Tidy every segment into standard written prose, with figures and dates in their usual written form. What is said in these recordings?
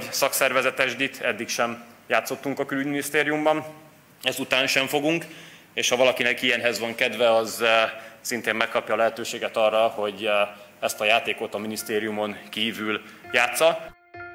szakszervezetesdit, eddig sem játszottunk a külügyminisztériumban, ezután sem fogunk, és ha valakinek ilyenhez van kedve, az szintén megkapja a lehetőséget arra, hogy ezt a játékot a minisztériumon kívül játsza.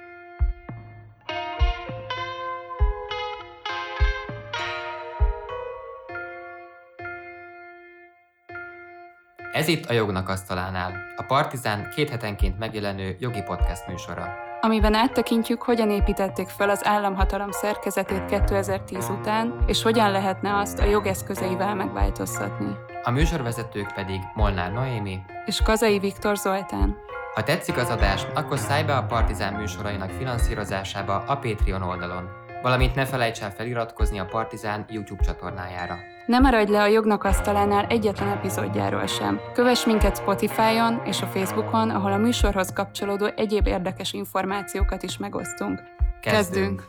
Ez itt a Jognak asztalánál, a Partizán 2 hetenként megjelenő jogi podcast műsora, amiben áttekintjük, hogyan építették fel az államhatalom szerkezetét 2010 után, és hogyan lehetne azt a jogeszközeivel megváltoztatni. A műsorvezetők pedig Molnár Noémi és Kazai Viktor Zoltán. Ha tetszik az adás, akkor szállj be a Partizán műsorainak finanszírozásába a Patreon oldalon, valamint ne felejts el feliratkozni a Partizán YouTube csatornájára. Ne maradj le a Jognak asztalánál egyetlen epizódjáról sem. Kövess minket Spotify-on és a Facebookon, ahol a műsorhoz kapcsolódó egyéb érdekes információkat is megosztunk. Kezdünk!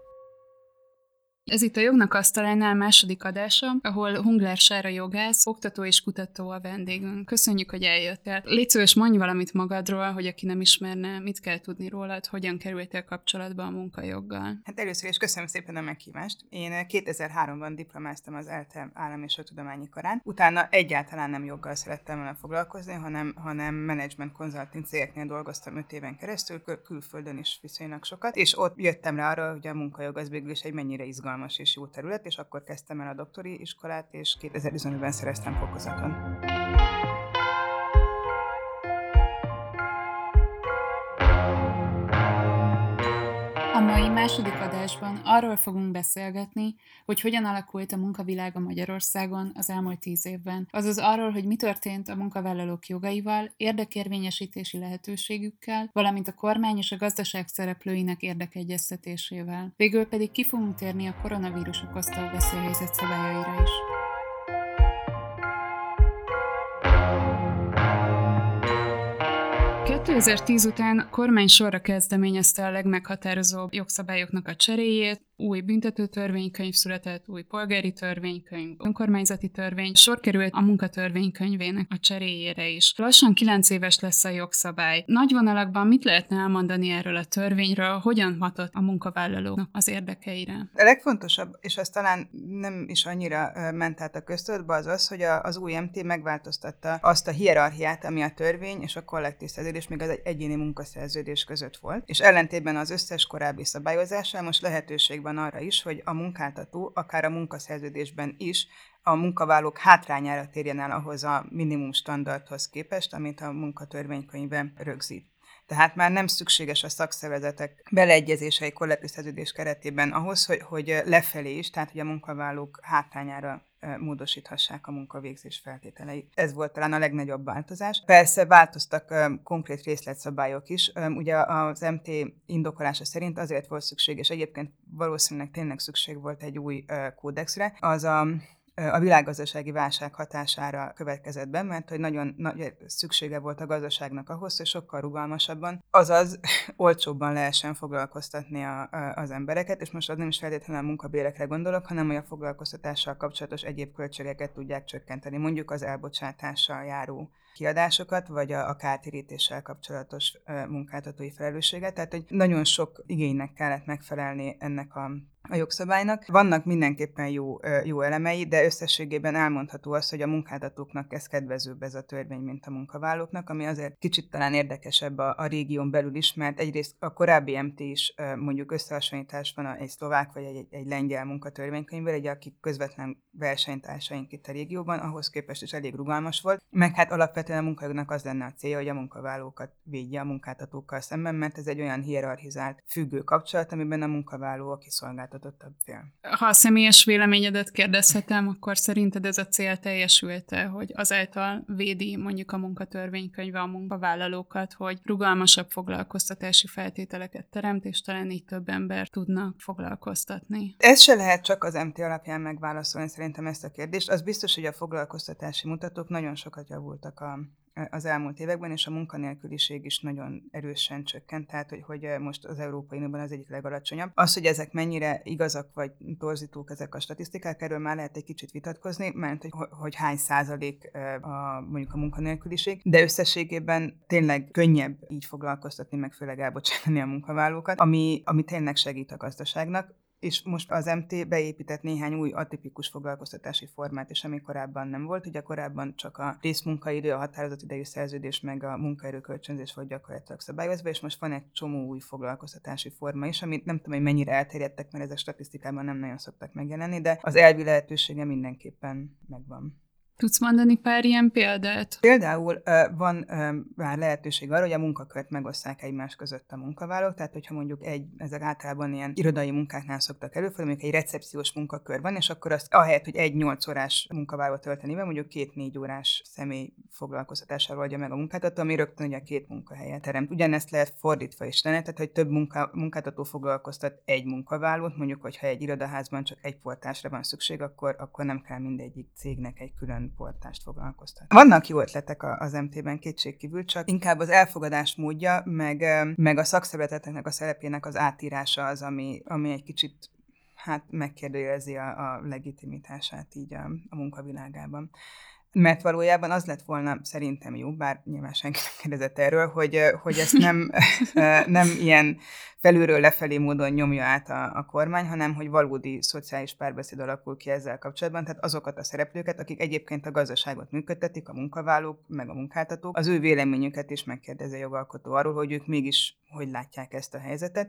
Ez itt a Jognak asztalánál második adása, ahol Hungler Sára jogász, oktató és kutató a vendégünk. Köszönjük, hogy eljöttél. Légy szíves, mondj valamit magadról, hogy aki nem ismerne, mit kell tudni rólad, hogyan kerültél kapcsolatba a munkajoggal. Hát először is köszönöm szépen a meghívást. Én 2003-ban diplomáztam az ELTE Állam és Tudományi Karán. Utána egyáltalán nem joggal szerettem volna foglalkozni, hanem management consulting cégeknél dolgoztam 5 éven keresztül, külföldön is viszonylag sokat, és ott jöttem rá arra, hogy a munkajog az végül is egy mennyire izgalmas és jó terület, és akkor kezdtem el a doktori iskolát, és 2015-ben szereztem fokozaton. A mai második adásban arról fogunk beszélgetni, hogy hogyan alakult a munkavilága Magyarországon az elmúlt 10 évben. Azaz arról, hogy mi történt a munkavállalók jogaival, érdekérvényesítési lehetőségükkel, valamint a kormány és a gazdaság szereplőinek érdekegyeztetésével. Végül pedig ki fogunk térni a koronavírus okozta a veszélyhelyzet szabályaira is. A 2010 után a kormány sorra kezdeményezte a legmeghatározóbb jogszabályoknak a cseréjét, új büntetőtörvénykönyv született, új polgári törvénykönyv, önkormányzati törvény, sor került a munkatörvénykönyvének a cseréjére is. Lassan 9 éves lesz a jogszabály. Nagy vonalakban mit lehetne elmondani erről a törvényről, hogyan hatott a munkavállalóknak az érdekeire? A legfontosabb, és az talán nem is annyira ment át a köztudatba, az, hogy az új MT megváltoztatta azt a hierarchiát, ami a törvény és a kollektív szerződés még az egyéni munkaszerződés között volt, és ellentétben az összes korábbi szabályozással most lehetőség van arra is, hogy a munkáltató akár a munkaszerződésben is a munkavállalók hátrányára térjen el ahhoz a minimum standardhoz képest, amit a munkatörvénykönyvben rögzít. Tehát már nem szükséges a szakszervezetek beleegyezései kollektív szerződés keretében ahhoz, hogy lefelé is, tehát hogy a munkavállalók hátrányára módosíthassák a munkavégzés feltételeit. Ez volt talán a legnagyobb változás. Persze változtak konkrét részletszabályok is. Ugye az MT indokolása szerint azért volt szükség, és egyébként valószínűleg tényleg szükség volt egy új kódexre, az a világgazdasági válság hatására következett be, mert hogy nagyon nagy szüksége volt a gazdaságnak ahhoz, hogy sokkal rugalmasabban, azaz olcsóbban lehessen foglalkoztatni az embereket, és most az nem is feltétlenül a munkabérekre gondolok, hanem hogy a foglalkoztatással kapcsolatos egyéb költségeket tudják csökkenteni, mondjuk az elbocsátással járó kiadásokat, vagy a kártérítéssel kapcsolatos munkáltatói felelősséget. Tehát, hogy nagyon sok igénynek kellett megfelelni ennek a jogszabálynak. Vannak mindenképpen jó elemei, de összességében elmondható az, hogy a munkáltatóknak ez kedvezőbb ez a törvény, mint a munkavállalóknak, ami azért kicsit talán érdekesebb a régión belül is, mert egyrészt a korábbi MT is mondjuk összehasonlítás van egy szlovák vagy egy lengyel munkatörvénykönyvvel, akik közvetlen versenytársaink itt a régióban, ahhoz képest is elég rugalmas volt, meg hát alapvetően a munkajognak az lenne a célja, hogy a munkavállalókat védje a munkáltatókkal szemben, mert ez egy olyan hierarchizált függő kapcsolat, amiben a munkavállaló a kiszolgáltatottabb fél. Ha a személyes véleményedet kérdezhetem, akkor szerinted ez a cél teljesült-e, hogy azáltal védi mondjuk a munkatörvénykönyve a munkavállalókat, hogy rugalmasabb foglalkoztatási feltételeket teremt, és talán így több ember tudnak foglalkoztatni? Ez se lehet csak az MT alapján megválaszolni szerintem ezt a kérdést. Az biztos, hogy a foglalkoztatási mutatók nagyon sokat javultak az elmúlt években, és a munkanélküliség is nagyon erősen csökkent, tehát hogy most az Európai Unióban az egyik legalacsonyabb. Az, hogy ezek mennyire igazak vagy torzítók ezek a statisztikák, erről már lehet egy kicsit vitatkozni, mert hogy hány százalék mondjuk a munkanélküliség, de összességében tényleg könnyebb így foglalkoztatni, meg főleg elbocsátani a munkavállalókat, ami tényleg segít a gazdaságnak. És most az MT beépített néhány új atipikus foglalkoztatási formát is, ami korábban nem volt. Ugye korábban csak a részmunkaidő, a határozott idejű szerződés, meg a munkaerőkölcsönzés volt gyakorlatilag szabályozva, és most van egy csomó új foglalkoztatási forma is, amit nem tudom, hogy mennyire elterjedtek, mert ezek statisztikában nem nagyon szoktak megjelenni, de az elvi lehetősége mindenképpen megvan. Tudsz mondani pár ilyen példát? Például van már lehetőség arra, hogy a munkakört megosszák egymás között a munkavállalók, tehát hogyha mondjuk ezek általában ilyen irodai munkáknál szoktak előfordulni, mondjuk egy recepciós munkakör van, és akkor azt ahelyett, hogy egy 8 órás munkavállaló tölteni be, mondjuk 2-4 órás személy foglalkoztatásával adja meg a munkáltató, ami rögtön ugye 2 munkahelyet teremt. Ugyanezt lehet fordítva is tenni, tehát hogy több munkáltató foglalkoztat egy munkavállalót, mondjuk, hogyha egy irodaházban csak egy portásra van szükség, akkor nem kell mindegyik cégnek egy külön portást foglalkoztatni. Vannak jó ötletek az MT-ben kétségkívül, csak inkább az elfogadás módja, meg a szakszervezeteknek a szerepének az átírása az, ami egy kicsit megkérdőjelezi a legitimitását így a munkavilágában. Mert valójában az lett volna szerintem jó, bár nyilván senki nem kérdezett erről, hogy ezt nem ilyen felülről lefelé módon nyomja át a kormány, hanem hogy valódi szociális párbeszéd alakul ki ezzel kapcsolatban, tehát azokat a szereplőket, akik egyébként a gazdaságot működtetik, a munkavállalók, meg a munkáltatók, az ő véleményüket is megkérdezi a jogalkotó arról, hogy ők mégis hogy látják ezt a helyzetet,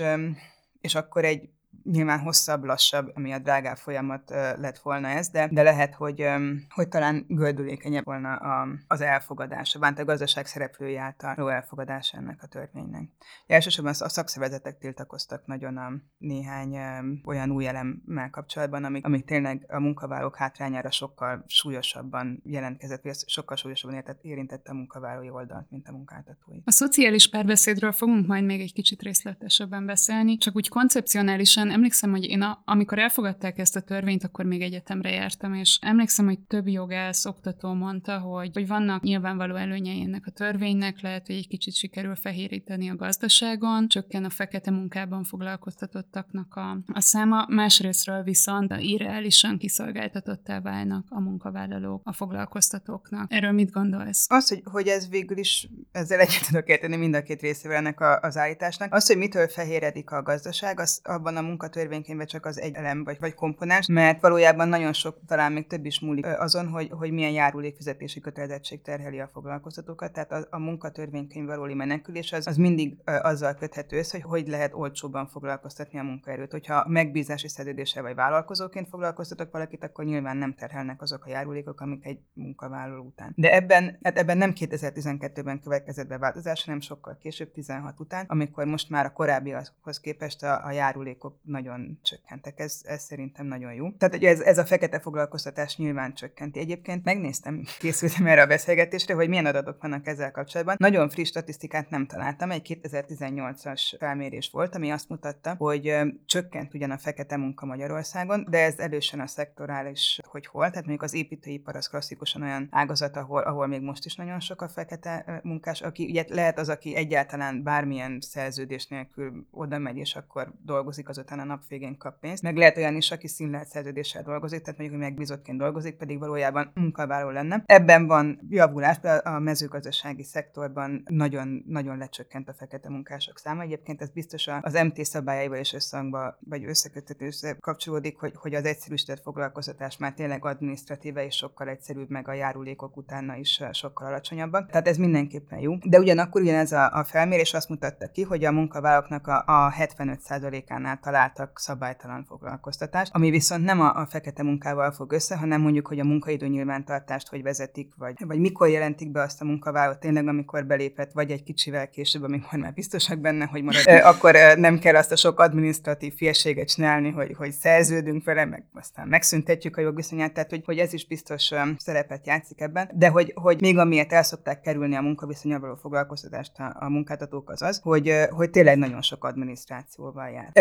és akkor egy nyilván hosszabb, lassabb, ami a drágább folyamat lett volna ez, de lehet, hogy talán gördülékenyebb volna az elfogadása, bánt a gazdaság szereplői által elfogadása ennek a törvénynek. Elsősorban a szakszervezetek tiltakoztak nagyon a néhány olyan új elemmel kapcsolatban, amik tényleg a munkavállalók hátrányára sokkal súlyosabban jelentkezett, vagy sokkal súlyosabban érintette a munkavállalói oldalt, mint a munkáltatói. A szociális párbeszédről fogunk majd még egy kicsit részletesebben beszélni, csak úgy koncepcionálisan emlékszem, hogy amikor elfogadták ezt a törvényt, akkor még egyetemre jártam, és emlékszem, hogy több jogász, oktató mondta, hogy vannak nyilvánvaló előnyei ennek a törvénynek, lehet, hogy egy kicsit sikerül fehéríteni a gazdaságon, csökken a fekete munkában foglalkoztatottaknak a száma, másrésztről viszont irreálisan kiszolgáltatottá válnak a munkavállalók a foglalkoztatóknak. Erről mit gondolsz? Az, hogy ez végül is, ezzel egyet tudok érteni mind a két részével ennek az állításnak. Az, hogy mitől fehéredik a gazdaság, az abban a munkatörvénykönyvben csak az egy elem vagy komponens, mert valójában nagyon sok, talán még több is múlik azon, hogy milyen járulékfizetési kötelezettség terheli a foglalkoztatókat. Tehát a munkatörvénykönyv valódi menekülés az mindig azzal köthető össze, hogy lehet olcsóbban foglalkoztatni a munkaerőt. Hogyha megbízási szerződéssel vagy vállalkozóként foglalkoztatok valakit, akkor nyilván nem terhelnek azok a járulékok, amik egy munkavállaló után. De ebben nem 2012-ben következett be változás, hanem sokkal később, 16 után, amikor most már a korábbiakhoz képest a járulékok nagyon csökkentek. Ez szerintem nagyon jó. Tehát, hogy ez a fekete foglalkoztatás nyilván csökkenti. Egyébként megnéztem, készültem erre a beszélgetésre, hogy milyen adatok vannak ezzel kapcsolatban. Nagyon friss statisztikát nem találtam. Egy 2018-as felmérés volt, ami azt mutatta, hogy csökkent ugyan a fekete munka Magyarországon, de ez elősen a szektorális, hogy hol. Tehát mondjuk az építőipar az klasszikusan olyan ágazat, ahol még most is nagyon sok a fekete munkás, aki ugye lehet az, aki egyáltalán bármilyen szerződés nélkül oda megy, és akkor dolgozik, azután a nap végén kap pénzt. Meg lehet olyan is, aki színlelt szerződéssel dolgozik, tehát mondjuk, hogy megbízottként dolgozik, pedig valójában munkavállaló lenne. Ebben van javulás, a mezőgazdasági szektorban nagyon, nagyon lecsökkent a fekete munkások száma. Egyébként ez biztos az MT szabályaival is összhangba, vagy összeköttetésre kapcsolódik, hogy az egyszerűsített foglalkoztatás már tényleg adminisztratíve és sokkal egyszerűbb, meg a járulékok utána is sokkal alacsonyabbak. Tehát ez mindenképpen jó. De ugyanakkor ugyanez a felmérés azt mutatta ki, hogy a munkavállalóknak a 75%-ánál találtak szabálytalan foglalkoztatást, ami viszont nem a fekete munkával fog össze, hanem mondjuk, hogy a munkaidő nyilvántartást hogy vezetik, vagy mikor jelentik be azt a munkavállalót tényleg, amikor belépett, vagy egy kicsivel később, amikor már biztosak benne, hogy marad. Akkor nem kell azt a sok adminisztratív fieséget csinálni, hogy szerződünk vele, meg aztán megszüntetjük a jogviszonyát, tehát hogy ez is biztos szerepet játszik ebben, de hogy még amiért el szokták kerülni a munkaviszonnyal való foglalkoztatást a munkáltatók az, hogy tényleg nagyon sok adminisztrációval jár. Ebben nem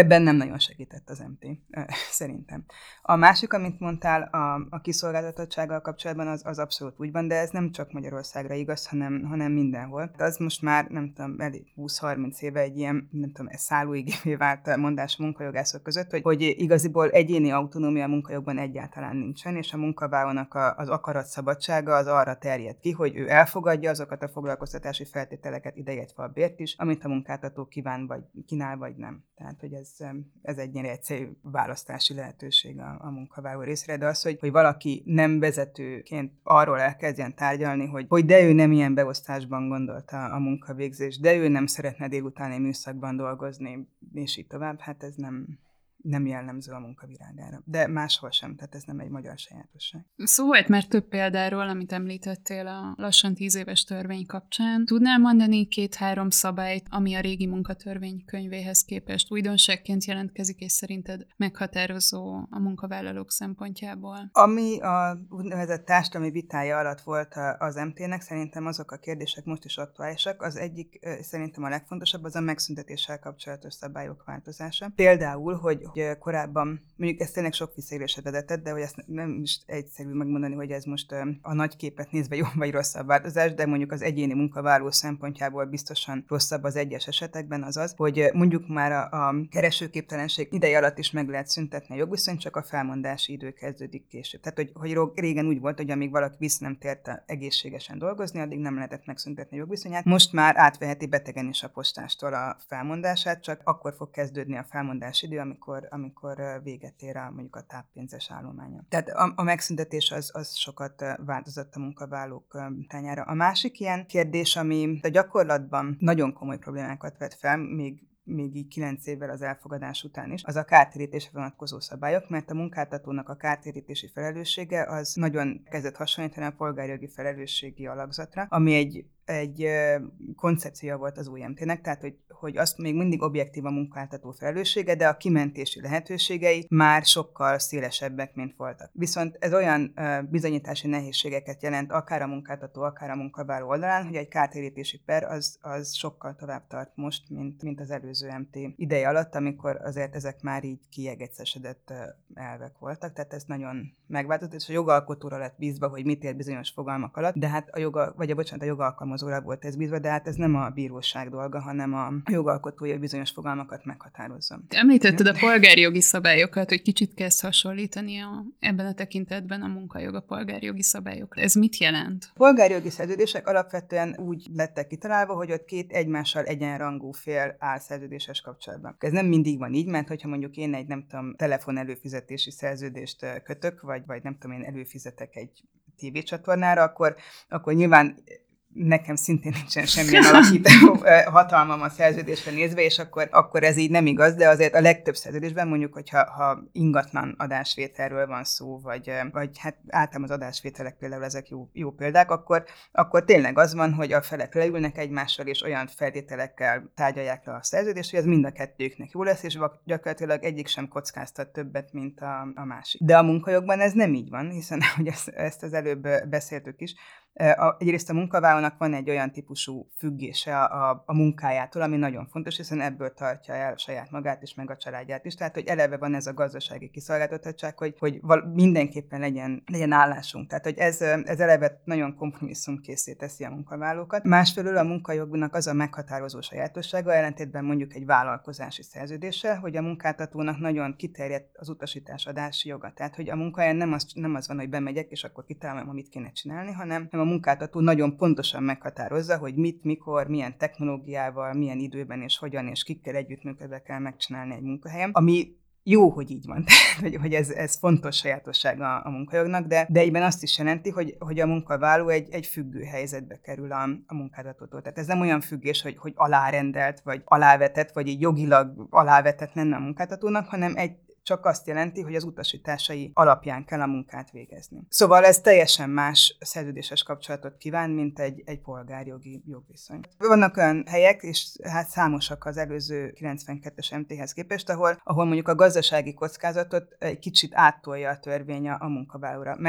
nagyon segített az MT, szerintem. A másik, amit mondtál, a kiszolgáltatottsággal kapcsolatban az abszolút úgy van, de ez nem csak Magyarországra igaz, hanem mindenhol. Az most már, nem tudom, 20-30 éve egy ilyen, nem tudom, szállóigévé vált mondás a munkajogászok között, hogy igaziból egyéni autonómia a munkajogban egyáltalán nincsen, és a munkavállalónak az akaratszabadsága az arra terjed ki, hogy ő elfogadja azokat a foglalkoztatási feltételeket, ideértve a bért is, amit a munkáltató kínál, vagy nem. Tehát, hogy ez egy ilyen egyszerű választási lehetőség a munkavállaló részére, de az, hogy valaki nem vezetőként arról elkezdjen tárgyalni, hogy de ő nem ilyen beosztásban gondolta a munkavégzést, de ő nem szeretne délutáni műszakban dolgozni, és így tovább, hát ez nem jellemző a munkavilágára. De máshol sem, tehát ez nem egy magyar sajátosság. Szó volt már több példáról, amit említettél a lassan 10 éves törvény kapcsán. Tudnál mondani 2-3 szabályt, ami a régi munkatörvény könyvéhez képest újdonságként jelentkezik, és szerinted meghatározó a munkavállalók szempontjából? Ami a úgynevezett társadalmi vitája alatt volt az MT-nek, szerintem azok a kérdések most is aktuálisak. Az egyik, szerintem a legfontosabb, az a megszüntetéssel kapcsolatos szabályok változása. Például, hogy korábban, mondjuk ez tényleg sok visszaélésre vezetett, de hogy ezt nem is egyszerű megmondani, hogy ez most a nagy képet nézve jó vagy rosszabb változás, de mondjuk az egyéni munkavállaló szempontjából biztosan rosszabb az egyes esetekben az, hogy mondjuk már a keresőképtelenség ideje alatt is meg lehet szüntetni a jogviszonyt, csak a felmondási idő kezdődik később. Tehát, hogy régen úgy volt, hogy amíg valaki vissza nem tért egészségesen dolgozni, addig nem lehetett megszüntetni a jogviszonyát. Most már átveheti betegen is a postástól a felmondását, csak akkor fog kezdődni a felmondási idő, amikor véget ér mondjuk a táppénzes állománya. Tehát a megszüntetés az sokat változott a munkavállalók tányára. A másik ilyen kérdés, ami a gyakorlatban nagyon komoly problémákat vet fel, még így 9 évvel az elfogadás után is, az a kártérítésre vonatkozó szabályok, mert a munkáltatónak a kártérítési felelőssége az nagyon kezdett hasonlítani a polgárjogi felelősségi alakzatra, ami egy koncepció volt az UMT-nek, tehát hogy azt még mindig objektív a munkáltató felelőssége, de a kimentési lehetőségei már sokkal szélesebbek, mint voltak. Viszont ez olyan bizonyítási nehézségeket jelent akár a munkáltató, akár a munkavállaló oldalán, hogy egy kártérítési per az sokkal tovább tart most, mint az előző MT ideje alatt, amikor azért ezek már így kiegyecesedett elvek voltak, tehát ez nagyon megváltozott, és a jogalkotóra lett bízva, hogy mit ér bizonyos fogalmak alatt, de hát a jogalkalmazóra volt ez bízva, de hát ez nem a bíróság dolga, hanem a jogalkotója bizonyos fogalmakat meghatározza. Említetted a polgári jogi szabályokat, hogy kicsit kezd hasonlítani ebben a tekintetben a munkajog a polgári jogi szabályokra. Ez mit jelent? A polgári jogi szerződések alapvetően úgy lettek kitalálva, hogy ott két egymással egyenrangú fél áll szerződéses kapcsolatban. Ez nem mindig van így, mert hogyha mondjuk én egy, nem tudom, telefon előfizetési szerződést kötök, vagy nem tudom, én előfizetek egy tévécsatornára, akkor nyilván nekem szintén nincsen semmilyen alakító hatalmam a szerződésre nézve, és akkor ez így nem igaz, de azért a legtöbb szerződésben mondjuk, hogyha ingatlan adásvételről van szó, vagy hát általában az adásvételek például ezek jó példák, akkor tényleg az van, hogy a felek leülnek egymással, és olyan feltételekkel tárgyalják le a szerződést, hogy ez mind a kettőknek jó lesz, és gyakorlatilag egyik sem kockáztat többet, mint a másik. De a munkajogban ez nem így van, hiszen hogy ezt az előbb beszéltük is, egyrészt a munkavállalónak van egy olyan típusú függése a munkájától, ami nagyon fontos, hiszen ebből tartja el saját magát és meg a családját is. Tehát, hogy eleve van ez a gazdasági kiszolgáltatottság, hogy mindenképpen legyen állásunk. Tehát, hogy ez eleve nagyon kompromisszumkészé teszi a munkavállalókat. Másfelől a munkajognak az a meghatározó sajátossága, ellentétben mondjuk egy vállalkozási szerződéssel, hogy a munkáltatónak nagyon kiterjedt az utasításadási joga. Tehát, hogy a munkahelyen nem az van, hogy bemegyek, és akkor kitalálom, amit kéne csinálni, hanem a munkáltató nagyon pontosan meghatározza, hogy mit, mikor, milyen technológiával, milyen időben és hogyan és kikkel együttműködve kell megcsinálni egy munkahelyen, ami jó, hogy így van, hogy ez fontos sajátossága a munkajognak, de egyben azt is jelenti, hogy a munkavállaló egy függő helyzetbe kerül a munkáltatótól. Tehát ez nem olyan függés, hogy alárendelt, vagy alávetett, vagy így jogilag alávetett lenne a munkáltatónak, hanem csak azt jelenti, hogy az utasításai alapján kell a munkát végezni. Szóval ez teljesen más szerződéses kapcsolatot kíván, mint egy polgárjogi jogviszony. Vannak olyan helyek, és hát számosak az előző 92-es MT-hez képest, ahol mondjuk a gazdasági kockázatot egy kicsit áttolja a törvény a munkavállalóra.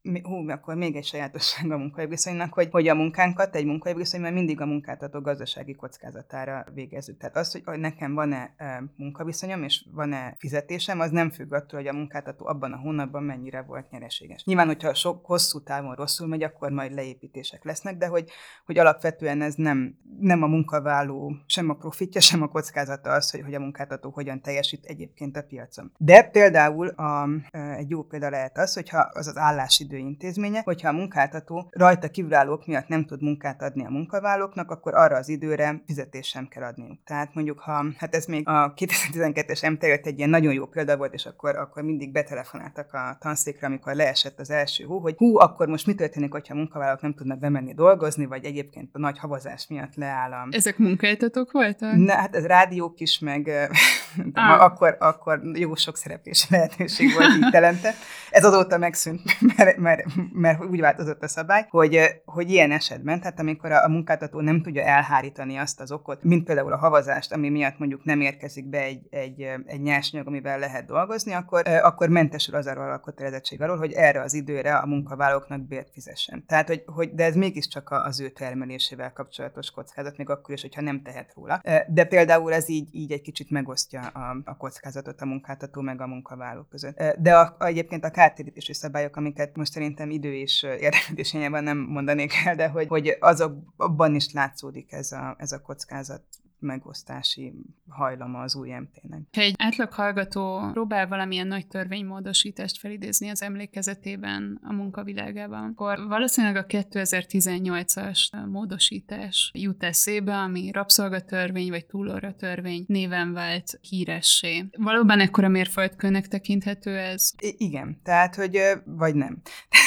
akkor még egy sajátosság a munkajogiviszonynak, hogy a munkánkat egy munkajogiviszonyban mindig a munkáltató gazdasági kockázatára végezzük. Tehát az, hogy nekem van-e munkaviszonyom és van-e fizetésem, az nem függ attól, hogy a munkáltató abban a hónapban mennyire volt nyereséges. Nyilván, hogyha hosszú távon rosszul megy, akkor majd leépítések lesznek, de hogy alapvetően ez nem a munkavállaló, sem a profitja, sem a kockázata az, hogy a munkáltató hogyan teljesít egyébként a piacon. De például egy jó példa lehet az, hogyha az állásidő intézménye, hogyha a munkáltató rajta kívülállók miatt nem tud munkát adni a munkavállalóknak, akkor arra az időre fizetést sem kell adniuk. Tehát mondjuk, hát ez még a 2012-es MT egy ilyen nagyon jó példa volt, és akkor mindig betelefonáltak a tanszékre, amikor leesett az első hó, hogy akkor most mi történik, hogyha a munkavállalók nem tudnak bemenni dolgozni, vagy egyébként a nagy havazás miatt leáll a... Ezek munkáltatók voltak? Hát ez rádiók is, meg akkor jó sok szereplési lehetőség volt így telente. Ez azóta megszűnt, mert úgy változott a szabály, hogy ilyen esetben, tehát amikor a munkáltató nem tudja elhárítani azt az okot, mint például a havazást, ami miatt mondjuk nem érkezik be egy nyersanyag, amivel lehet dolgozni, akkor mentesül az arról a kötelezettség alól, hogy erre az időre a munkavállalóknak bért fizessen. Tehát, de ez mégiscsak az ő termelésével kapcsolatos kockázat, még akkor is, hogyha nem tehet róla. De például ez így egy kicsit megosztja a kockázatot a munkáltató meg a munkavállaló között. De egyébként a kártérítési szabályok, amiket most szerintem idő és érdeklődés hiányában nem mondanék el, de hogy azokban is látszódik ez a kockázat megosztási hajlama az új MT-nek. Ha egy átlag hallgató próbál valamilyen nagy törvénymódosítást felidézni az emlékezetében a munkavilágában, akkor valószínűleg a 2018-as módosítás jut eszébe, ami rabszolgatörvény vagy túlóratörvény néven vált híressé. Valóban ekkora mérföldkőnek tekinthető ez? Igen, tehát, hogy vagy nem.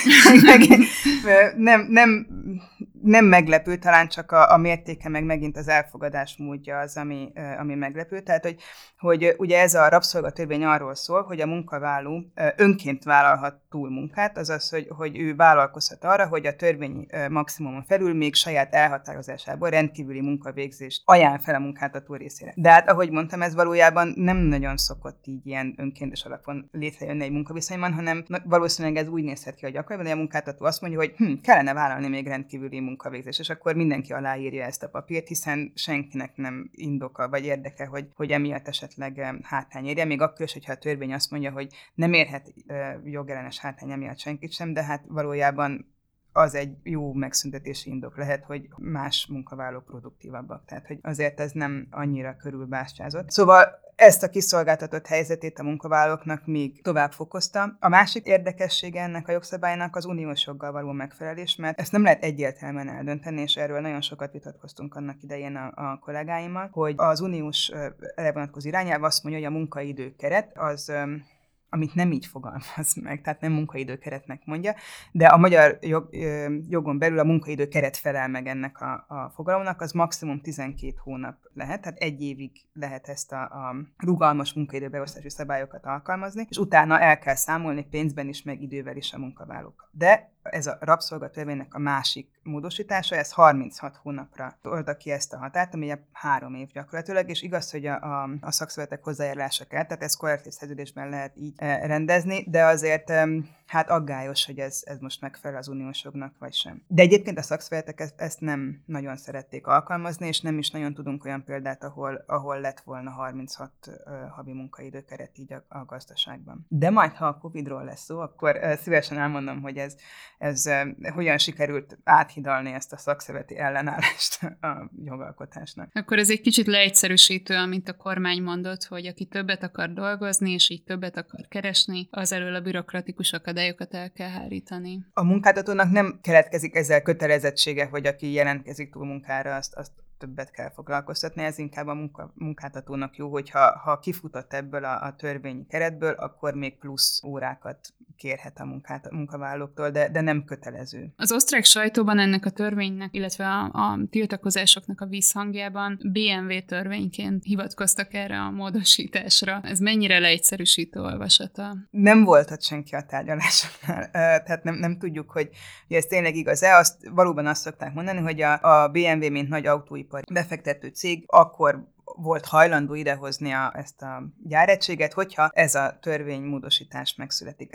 Nem meglepő, talán csak a mértéke, meg megint az elfogadás módja az, ami meglepő. Tehát, hogy ugye ez a rabszolgatörvény arról szól, hogy a munkavállaló önként vállalhat túl munkát, azaz, hogy ő vállalkozhat arra, hogy a törvényi maximumon felül még saját elhatározásából rendkívüli munkavégzést ajánl fel a munkáltató részére. De hát, ahogy mondtam, ez valójában nem nagyon szokott így ilyen önkéntes alapon létrejönni egy munkaviszonyban, hanem valószínűleg ez úgy nézhet ki a gyakorlatban, hogy a munkáltató azt mondja, hogy kellene vállalni még rendkívüli munkavégzést, és akkor mindenki aláírja ezt a papírt, hiszen senkinek nem indoka vagy érdeke, hogy emiatt esetleg hátrány érje, még akkor is, hogyha a törvény azt mondja, hogy nem érhet jogellenes hátrány emiatt senkit sem, de hát valójában az egy jó megszüntetési indok lehet, hogy más munkavállalók produktívabbak. Tehát, hogy azért ez nem annyira körülbástyázott. Szóval ezt a kiszolgáltatott helyzetét a munkavállalóknak még tovább fokozta. A másik érdekessége ennek a jogszabálynak az uniós joggal való megfelelés, mert ezt nem lehet egyértelműen eldönteni, és erről nagyon sokat vitatkoztunk annak idején a kollégáimmal, hogy az uniós erre vonatkozó irányelv azt mondja, hogy a munkaidő keret az amit nem így fogalmaz meg, tehát nem munkaidőkeretnek mondja, de a magyar jogon belül a munkaidő keret felel meg ennek a fogalomnak, az maximum 12 hónap lehet, tehát 1 évig lehet ezt a rugalmas munkaidőbeosztási szabályokat alkalmazni, és utána el kell számolni pénzben is, meg idővel is a munkavállalók. De ez a rabszolgatörvénynek a másik módosítása, ez 36 hónapra tolta ki ezt a határt, ami 3 év gyakorlatilag, és igaz, hogy a szakszervezetek hozzájárulása kell, tehát ezt kollektív szerződésben lehet így rendezni, de azért hát aggályos, hogy ez most megfelel az uniós jognak, vagy sem. De egyébként a szakszervezetek ezt nem nagyon szerették alkalmazni, és nem is nagyon tudunk olyan példát, ahol lett volna 36 havi munkaidőkeret így a gazdaságban. De majd, ha a Covid-ról lesz szó, akkor szívesen elmondom, hogy ez hogyan sikerült áthidalni ezt a szakszervezeti ellenállást a jogalkotásnak. Akkor ez egy kicsit leegyszerűsítő, amint a kormány mondott, hogy aki többet akar dolgozni, és így többet akar keresni, az elől a bürokratikus akadályokat el kell hárítani. A munkáltatónak nem keletkezik ezzel kötelezettsége, hogy aki jelentkezik túlmunkára, azt többet kell foglalkoztatni, ez inkább a munkáltatónak jó, hogyha kifutott ebből a törvényi keretből, akkor még plusz órákat kérhet a munkavállalóktól, de nem kötelező. Az osztrák sajtóban ennek a törvénynek, illetve a tiltakozásoknak a vízhangjában BMW törvényként hivatkoztak erre a módosításra. Ez mennyire leegyszerűsítő olvasata? Nem volt ott senki a tárgyalásoknál, tehát nem tudjuk, hogy ez tényleg igaz-e. Valóban azt szokták mondani, hogy a BMW, mint nagy autóipari befektető cég, akkor volt hajlandó idehozni ezt a gyáregységet, hogyha ez a törvénymódosítás megszületik. Ez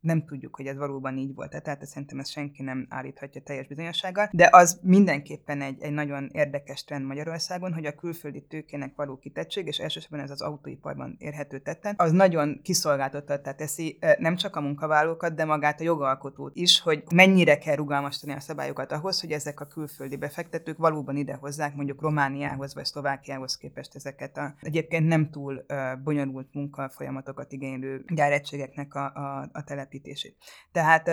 nem tudjuk, hogy ez valóban így volt, tehát szerintem ezt senki nem állíthatja teljes bizonyossággal, de az mindenképpen egy nagyon érdekes trend Magyarországon, hogy a külföldi tőkének való kitettség, és elsősorban ez az autóiparban érhető tetten, az nagyon kiszolgáltatottá teszi nem csak a munkavállalókat, de magát a jogalkotót is, hogy mennyire kell rugalmasítani a szabályokat ahhoz, hogy ezek a külföldi befektetők valóban idehozzák mondjuk Romániához vagy Szlovákiához képest ezeket a egyébként nem túl bonyolult munkafolyamatokat igénylő gyáregységeknek a telepítését. Tehát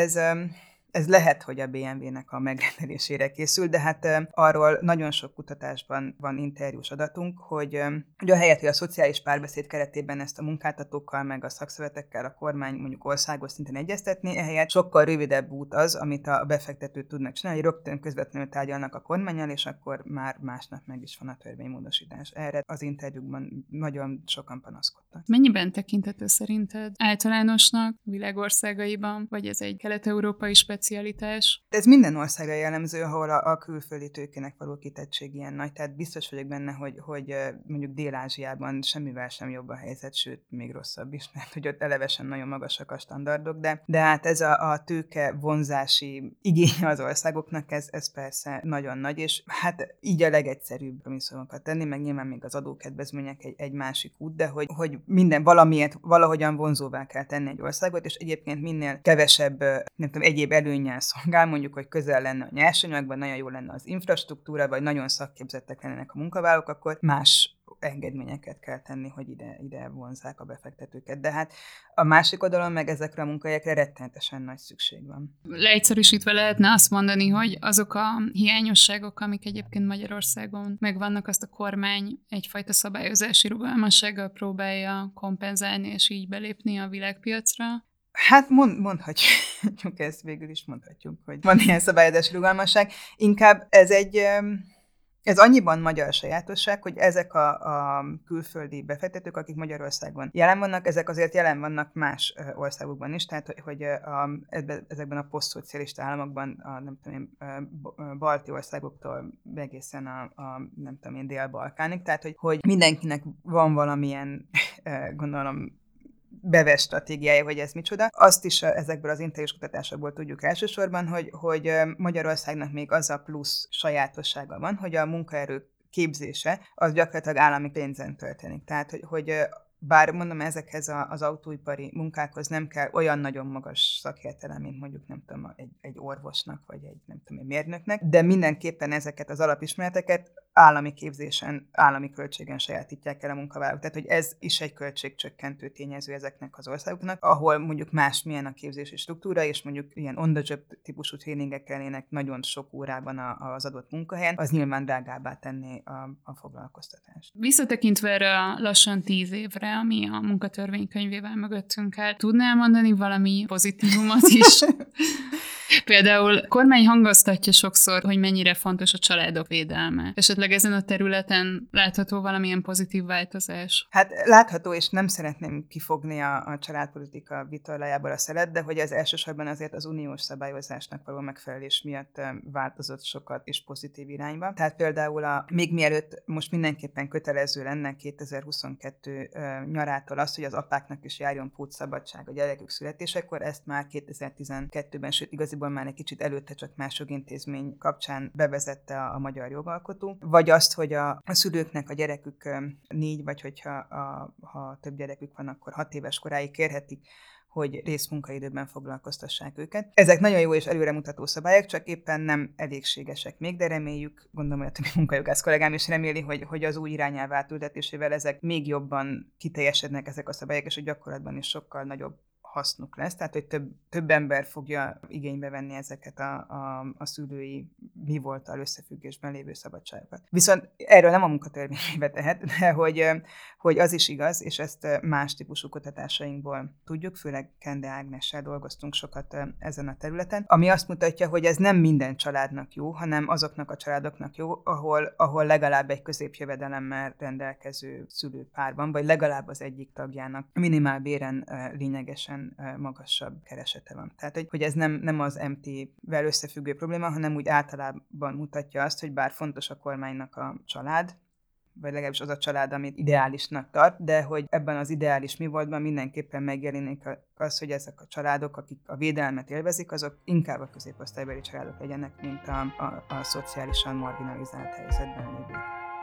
ez lehet, hogy a BMW-nek a megrendelésére készül, de hát arról nagyon sok kutatásban van interjús adatunk, hogy ahelyett, hogy a szociális párbeszéd keretében ezt a munkáltatókkal, meg a szakszervezetekkel a kormány mondjuk országos szinten egyeztetni, ehelyett sokkal rövidebb út az, amit a befektetők tudnak csinálni, hogy rögtön közvetlenül tárgyalnak a kormánnyal, és akkor már másnap meg is van a törvénymódosítás. Erre az interjúkban nagyon sokan panaszkodtak. Mennyiben tekinthető szerinted általánosnak világországaiban, vagy ez egy kelet-európai speciális? Ez minden országra jellemző, ahol a külföldi tőkének való kitettség ilyen nagy. Tehát biztos vagyok benne, hogy mondjuk Dél-Ázsiában semmivel sem jobb a helyzet, sőt, még rosszabb is, mert hogy ott elevesen nagyon magasak a standardok, de hát ez a tőke vonzási igénye az országoknak, ez persze nagyon nagy, és hát így a legegyszerűbb kompromisszumokat tenni, meg nyilván még az adókedvezmények egy másik út, de hogy minden valahogyan vonzóvá kell tenni egy országot, és egyébként minél kevesebb, nem tudom, egyéb előnnyel szolgál, mondjuk, hogy közel lenne a nyersanyagban, nagyon jó lenne az infrastruktúra, vagy nagyon szakképzettek lennének a munkavállalók, akkor más engedményeket kell tenni, hogy ide vonzzák a befektetőket. De hát a másik oldalon meg ezekre a munkahelyekre rettenetesen nagy szükség van. Leegyszerűsítve lehetne azt mondani, hogy azok a hiányosságok, amik egyébként Magyarországon megvannak, azt a kormány egyfajta szabályozási rugalmassággal próbálja kompenzálni, és így belépni a világpiacra. Hát mondhatjuk ezt, végül is mondhatjuk, hogy van ilyen szabályozási rugalmasság. Inkább ez annyiban magyar sajátosság, hogy ezek a külföldi befektetők, akik Magyarországon jelen vannak, ezek azért jelen vannak más országokban is, tehát hogy ezekben a posztszocialista államokban, nem tudom én, balti országoktól egészen a nem tudom én, Dél-Balkánig, tehát hogy mindenkinek van valamilyen, gondolom, bevett stratégiája, hogy ez micsoda. Azt is ezekből az interjús kutatásokból tudjuk elsősorban, hogy Magyarországnak még az a plusz sajátossága van, hogy a munkaerő képzése az gyakorlatilag állami pénzen történik. Tehát, hogy bár mondom, ezekhez az autóipari munkákhoz nem kell olyan nagyon magas szakértelem, mint mondjuk nem tudom, egy orvosnak, vagy egy nem tudom, egy mérnöknek, de mindenképpen ezeket az alapismereteket állami képzésen, állami költségen sajátítják el a munkavállalók. Tehát, hogy ez is egy költségcsökkentő tényező ezeknek az országoknak, ahol mondjuk másmilyen a képzési struktúra, és mondjuk ilyen on-the-job típusú tréningek lennének nagyon sok órában az adott munkahelyen, az nyilván drágábbá tenné a foglalkoztatást. Visszatekintve erre lassan 10 évre, ami a munkatörvénykönyvével mögöttünk áll, tudnál mondani valami pozitívumot is? Például a kormány hangoztatja sokszor, hogy mennyire fontos a családok védelme. Esetleg ezen a területen látható valamilyen pozitív változás? Hát látható, és nem szeretném kifogni a családpolitika vitorlájából a szelet, de hogy ez elsősorban azért az uniós szabályozásnak való megfelelés miatt változott sokat és pozitív irányba. Tehát például még mielőtt most mindenképpen kötelező lenne 2022 nyarától az, hogy az apáknak is járjon pótszabadság a gyerekük születésekor, ezt már 2012-ben, sőt igaziból már egy kicsit előtte csak más jogintézmény kapcsán bevezette a magyar jogalkotó. Vagy azt, hogy a szülőknek a gyerekük 4, vagy hogyha ha több gyerekük van, akkor 6 éves koráig kérhetik, hogy részmunkaidőben foglalkoztassák őket. Ezek nagyon jó és előremutató szabályok, csak éppen nem elégségesek még, de reméljük, gondolom, hogy a többi munkajogász kollégám is reméli, hogy az új irányelv átültetésével ezek még jobban kiteljesednek ezek a szabályok, és hogy gyakorlatban is sokkal nagyobb hasznuk lesz, tehát hogy több ember fogja igénybe venni ezeket a szülői mi voltal összefüggésben lévő szabadságokat. Viszont erről nem a munkatörvénybe tehet, de hogy az is igaz, és ezt más típusú kutatásainkból tudjuk, főleg Kende Ágnessel dolgoztunk sokat ezen a területen, ami azt mutatja, hogy ez nem minden családnak jó, hanem azoknak a családoknak jó, ahol legalább egy középjövedelemmel rendelkező szülőpár van, vagy legalább az egyik tagjának minimálbéren lényegesen magasabb keresete van. Tehát, hogy ez nem az MT-vel összefüggő probléma, hanem úgy általában mutatja azt, hogy bár fontos a kormánynak a család vagy legalábbis az a család, amit ideálisnak tart, de hogy ebben az ideális mi voltban mindenképpen megjelenik az, hogy ezek a családok, akik a védelmet élvezik, azok inkább a középosztálybeli családok legyenek, mint a szociálisan marginalizált helyzetben lévők.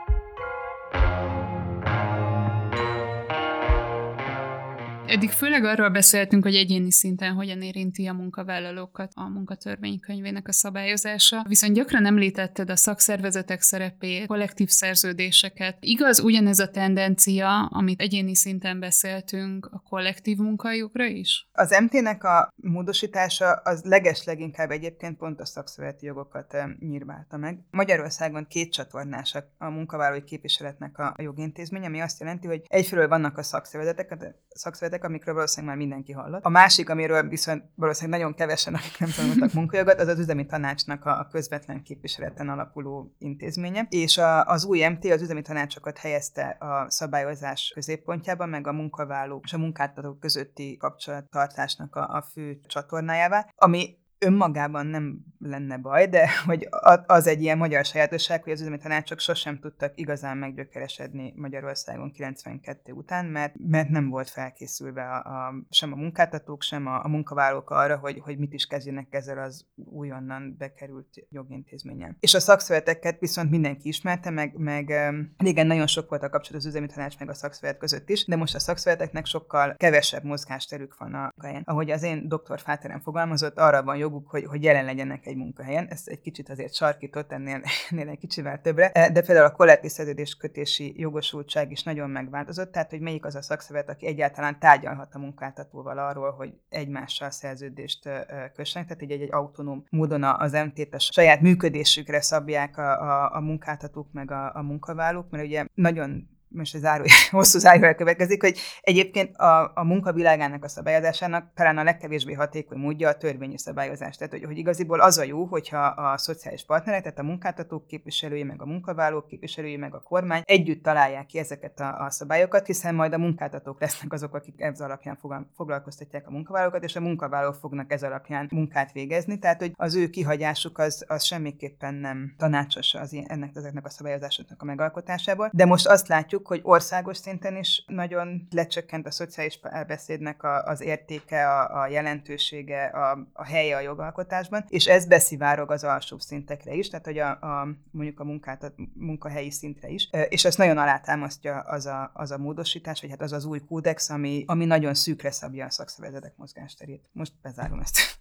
Eddig főleg arról beszéltünk, hogy egyéni szinten hogyan érinti a munkavállalókat a munkatörvénykönyvének a szabályozása, viszont gyakran említetted a szakszervezetek szerepét, kollektív szerződéseket. Igaz, ugyanez a tendencia, amit egyéni szinten beszéltünk, a kollektív munkajogra is? Az MT-nek a módosítása az leginkább egyébként pont a szakszervezeti jogokat nyírválta meg. Magyarországon 2 csatornás a munkavállalói képviseletnek a jogintézmény, ami azt jelenti, hogy egyfelől vannak a szakszervezetek, amikről valószínűleg már mindenki hallott. A másik, amiről viszont valószínűleg nagyon kevesen, akik nem tanultak munkajogot, az üzemi tanácsnak a közvetlen képviseleten alapuló intézménye. És az új MT az üzemi tanácsokat helyezte a szabályozás középpontjába, meg a munkavállalók és a munkáltatók közötti kapcsolattartásnak a fő csatornájává, ami önmagában nem lenne baj, de hogy az egy ilyen magyar sajátosság, hogy az üzemi tanácsok sosem tudtak igazán meggyökeresedni Magyarországon 92 után, mert nem volt felkészülve sem a munkáltatók, sem a munkavállalók arra, hogy mit is kezdjenek ezzel az újonnan bekerült jogintézménnyel. És a szakszervezeteket viszont mindenki ismerte, meg régen nagyon sok volt a kapcsolat az üzemi tanács meg a szakszervezet között is, de most a szakszervezeteknek sokkal kevesebb mozgásterük van a helyen. Ahogy az én doktorfáterem fogalmazott, arra van joguk, hogy jelen legyenek egy munkahelyen. Ez egy kicsit azért sarkított, ennél egy kicsivel többre. De például a kollektív szerződéskötési jogosultság is nagyon megváltozott, tehát hogy melyik az a szakszervezet, aki egyáltalán tárgyalhat a munkáltatóval arról, hogy egymással szerződést kössenek, tehát egy autonóm módon az MT-t a saját működésükre szabják a munkáltatók meg a munkavállalók, mert ugye nagyon most hosszú zárójel következik, hogy egyébként a munkavilágának a szabályozásának talán a legkevésbé hatékony módja a törvényi szabályozás. Tehát, hogy igaziból az a jó, hogyha a szociális partnerek, tehát a munkáltatók képviselői, meg a munkavállalók képviselői, meg a kormány együtt találják ki ezeket a szabályokat, hiszen majd a munkáltatók lesznek azok, akik ez alapján foglalkoztatják a munkavállalókat, és a munkavállalók fognak ez alapján munkát végezni. Tehát, hogy az ő kihagyásuk az semmiképpen nem tanácsos ezeknek a szabályozásoknak a megalkotásából. De most azt látjuk, hogy országos szinten is nagyon lecsökkent a szociális párbeszédnek az értéke, a jelentősége, a helye a jogalkotásban, és ez beszivárog az alsóbb szintekre is, tehát hogy mondjuk a munkahelyi szintre is, és ezt nagyon alátámasztja az a módosítás, vagy hát az új kódex, ami nagyon szűkre szabja a szakszervezetek mozgásterét. Most bezárom ezt.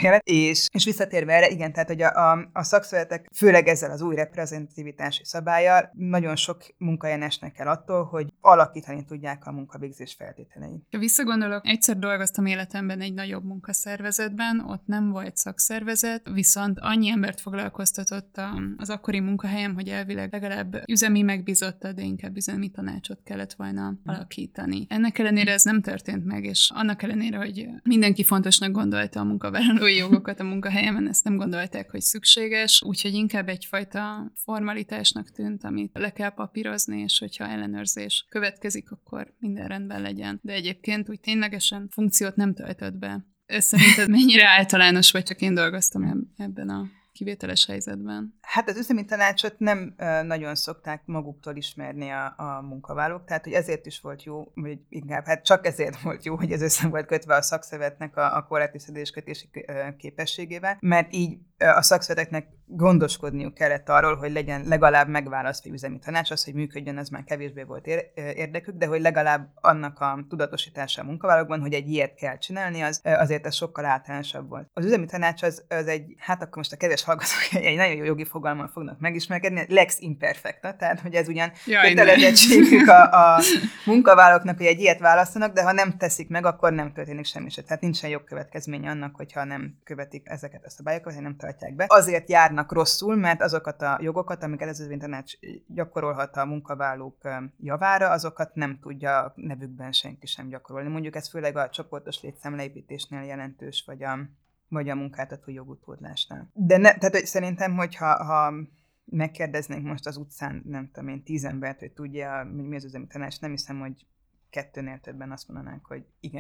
És visszatérve erre, igen, tehát hogy a szakszervezetek főleg ezzel az új reprezentativitási szabállyal nagyon sok munkahelyen esnek el attól, hogy alakítani tudják a munkavégzés feltételeit. Ha visszagondolok, egyszer dolgoztam életemben egy nagyobb munkaszervezetben, ott nem volt szakszervezet, viszont annyi embert foglalkoztatott az akkori munkahelyem, hogy elvileg legalább üzemi megbízotta, de inkább üzemi tanácsot kellett volna alakítani. Ennek ellenére ez nem történt meg, és annak ellenére, hogy mindenki fontosnak gondolta a munkavállalói jogokat a munkahelyemen, ezt nem gondolták, hogy szükséges, úgyhogy inkább egyfajta formalitásnak tűnt, amit le kell papírozni, és hogyha ellenőrzés következik, akkor minden rendben legyen. De egyébként úgy ténylegesen funkciót nem töltött be. Ez szerinted mennyire általános, vagy csak én dolgoztam ebben a kivételes helyzetben? Hát az üzemi tanácsot nem nagyon szokták maguktól ismerni a munkavállalók, tehát hogy ezért is volt jó, vagy inkább hát csak ezért volt jó, hogy ez össze volt kötve a szakszervezetnek a kollektív szerződéskötési képességével, mert így a szakszervezeteknek gondoskodniuk kellett arról, hogy legyen legalább megválasztva üzemi tanács, az, hogy működjön, ez már kevésbé volt érdekük, de hogy legalább annak a tudatosítása a munkavállalókban, hogy egy ilyet kell csinálni, azért ez sokkal általánosabb volt. Az üzemi tanács az egy, hát akkor most a kedves hallgatók egy nagyon jó jogi fogalmal fognak megismerkedni, lex imperfecta, tehát hogy ez ugyan kötelezettségük a munkavállalóknak, hogy egy ilyet választanak, de ha nem teszik meg, akkor nem történik semmi se. Tehát nincsen jogkövetkezménye annak, hogyha nem követik ezeket a szabályokat, vagy nem tartják be. Azért járnak rosszul, mert azokat a jogokat, amiket az üzemi tanács gyakorolhat a munkavállalók javára, azokat nem tudja nevükben senki sem gyakorolni. Mondjuk ez főleg a csoportos létszámleépítésnél jelentős, vagy a munkáltató jogutódlásnál. De tehát hogy szerintem, hogyha megkérdeznénk most az utcán, nem tudom én, 10 embert, hogy tudja, mi az üzemi tanács, nem hiszem, hogy 2-nél többen azt mondanánk, hogy igen.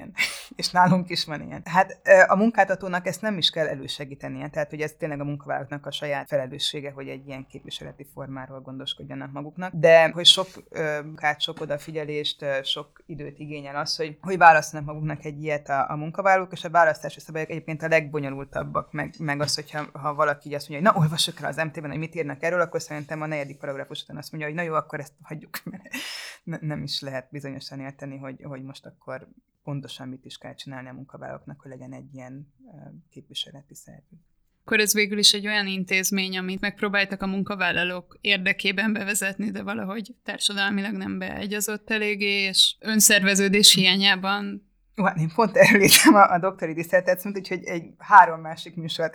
és nálunk is van ilyen. Hát a munkáltatónak ezt nem is kell elősegítenie, tehát hogy ez tényleg a munkavállalóknak a saját felelőssége, hogy egy ilyen képviseleti formáról gondoskodjanak maguknak, de hogy sok munkát, sok odafigyelést, sok időt igényel az, hogy választanak maguknak egy ilyet a munkavállalók, és a választási szabályok egyébként a legbonyolultabbak, meg az, hogyha valaki azt mondja, hogy na, olvassuk el az MT-ben, hogy mit írnak erről, akkor szerintem a 4. paragrafus után azt mondja, hogy na jó, akkor ezt hagyjuk, mert nem is lehet bizonyosan érteni, hogy most akkor pontosan mit is kell csinálni a munkavállalóknak, hogy legyen egy ilyen képviseleti szervük. Akkor ez végül is egy olyan intézmény, amit megpróbáltak a munkavállalók érdekében bevezetni, de valahogy társadalmilag nem beegyazott eléggé, és önszerveződés hiányában. Én pont erről írtam a doktori disszertációt, úgyhogy egy 3 másik műsort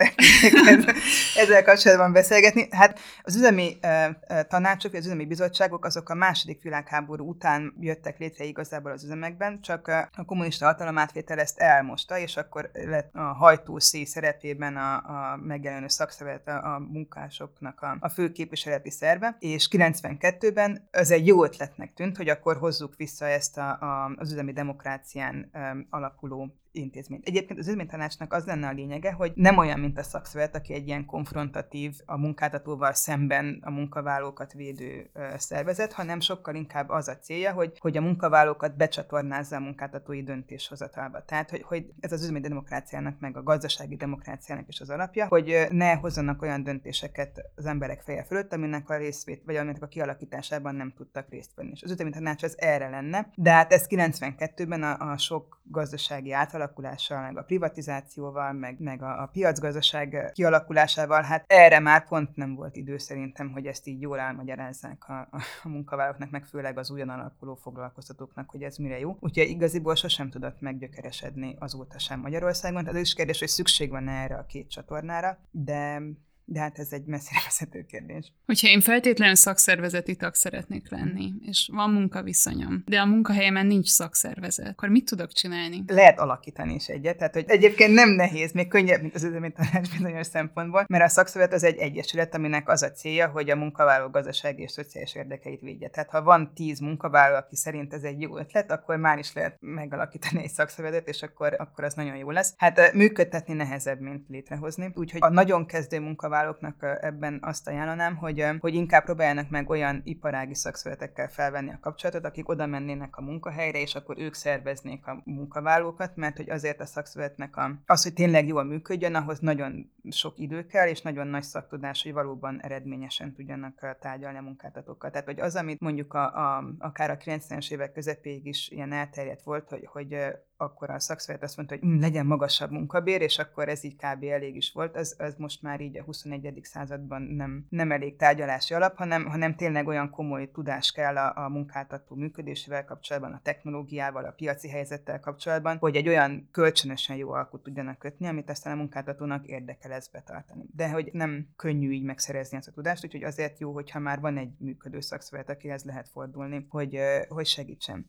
ezzel kapcsolatban beszélgetni. Hát az üzemi tanácsok, az üzemi bizottságok, azok a II. Világháború után jöttek létre igazából az üzemekben, csak a kommunista hatalomátvétel ezt elmosta, és akkor lett a hajtószély szerepében a megjelenő szakszervezet a munkásoknak a fő képviseleti szerve, és 92-ben ez egy jó ötletnek tűnt, hogy akkor hozzuk vissza ezt az üzemi demokrácián alapuló intézményt. Egyébként az üzemtanácsnak az lenne a lényege, hogy nem olyan, mint a szakszervezet, aki egy ilyen konfrontatív, a munkáltatóval szemben a munkavállalókat védő szervezet, hanem sokkal inkább az a célja, hogy a munkavállalókat becsatornázza a munkáltatói döntéshozatalba. Tehát, hogy ez az üzemi demokráciának, meg a gazdasági demokráciának is az alapja, hogy ne hozzanak olyan döntéseket az emberek feje fölött, aminek a részvét, vagy aminek a kialakításában nem tudtak részt venni. És az üzemtanács az erre lenne, de hát ez 92-ben a sok gazdasági átalakulással, meg a privatizációval, meg a piacgazdaság kialakulásával, hát erre már pont nem volt idő szerintem, hogy ezt így jól elmagyarázzák a munkavállalóknak, meg főleg az újon alakuló foglalkoztatóknak, hogy ez mire jó. Úgyhogy igaziból sosem tudott meggyökeresedni azóta sem Magyarországon. Tehát az is kérdés, hogy szükség van erre a 2 csatornára, de hát ez egy messzire vezető kérdés. Hogyha én feltétlenül szakszervezeti tag szeretnék lenni, és van munkaviszonyom, de a munkahelyemen nincs szakszervezet, akkor mit tudok csinálni? Lehet alakítani is egyet, tehát hogy egyébként nem nehéz, még könnyebb, mint az üzemi tanács bizonyos szempontból, mert a szakszervezet az egy egyesület, aminek az a célja, hogy a munkavállaló gazdasági és szociális érdekeit védje. Tehát ha van 10 munkavállaló, aki szerint ez egy jó ötlet, akkor már is lehet megalakítani egy szakszervezetet, és akkor az nagyon jó lesz. Hát működtetni nehezebb, mint létrehozni. Úgyhogy a nagyon kezdő munkavállalóknak ebben azt ajánlanám, hogy inkább próbáljanak meg olyan iparági szakszervezetekkel felvenni a kapcsolatot, akik oda mennének a munkahelyre, és akkor ők szerveznék a munkavállalókat, mert hogy azért a szakszervezetnek az, hogy tényleg jól működjön, ahhoz nagyon sok idő kell, és nagyon nagy szaktudás, hogy valóban eredményesen tudjanak tárgyalni a munkáltatókkal. Tehát, hogy az, amit mondjuk akár a 90-es évek közepéig is ilyen elterjedt volt, hogy akkor a szakszervezet azt mondta, hogy legyen magasabb munkabér, és akkor ez így kb. Elég is volt. Az most már így a 21. században nem elég tárgyalási alap, hanem tényleg olyan komoly tudás kell a munkáltató működésével kapcsolatban, a technológiával, a piaci helyzettel kapcsolatban, hogy egy olyan kölcsönösen jó alkut tudjanak kötni, amit aztán a munkáltatónak érdeke lesz betartani. De hogy nem könnyű így megszerezni ezt a tudást, úgyhogy azért jó, hogyha már van egy működő szakszervezet, akihez lehet fordulni, hogy segítsen.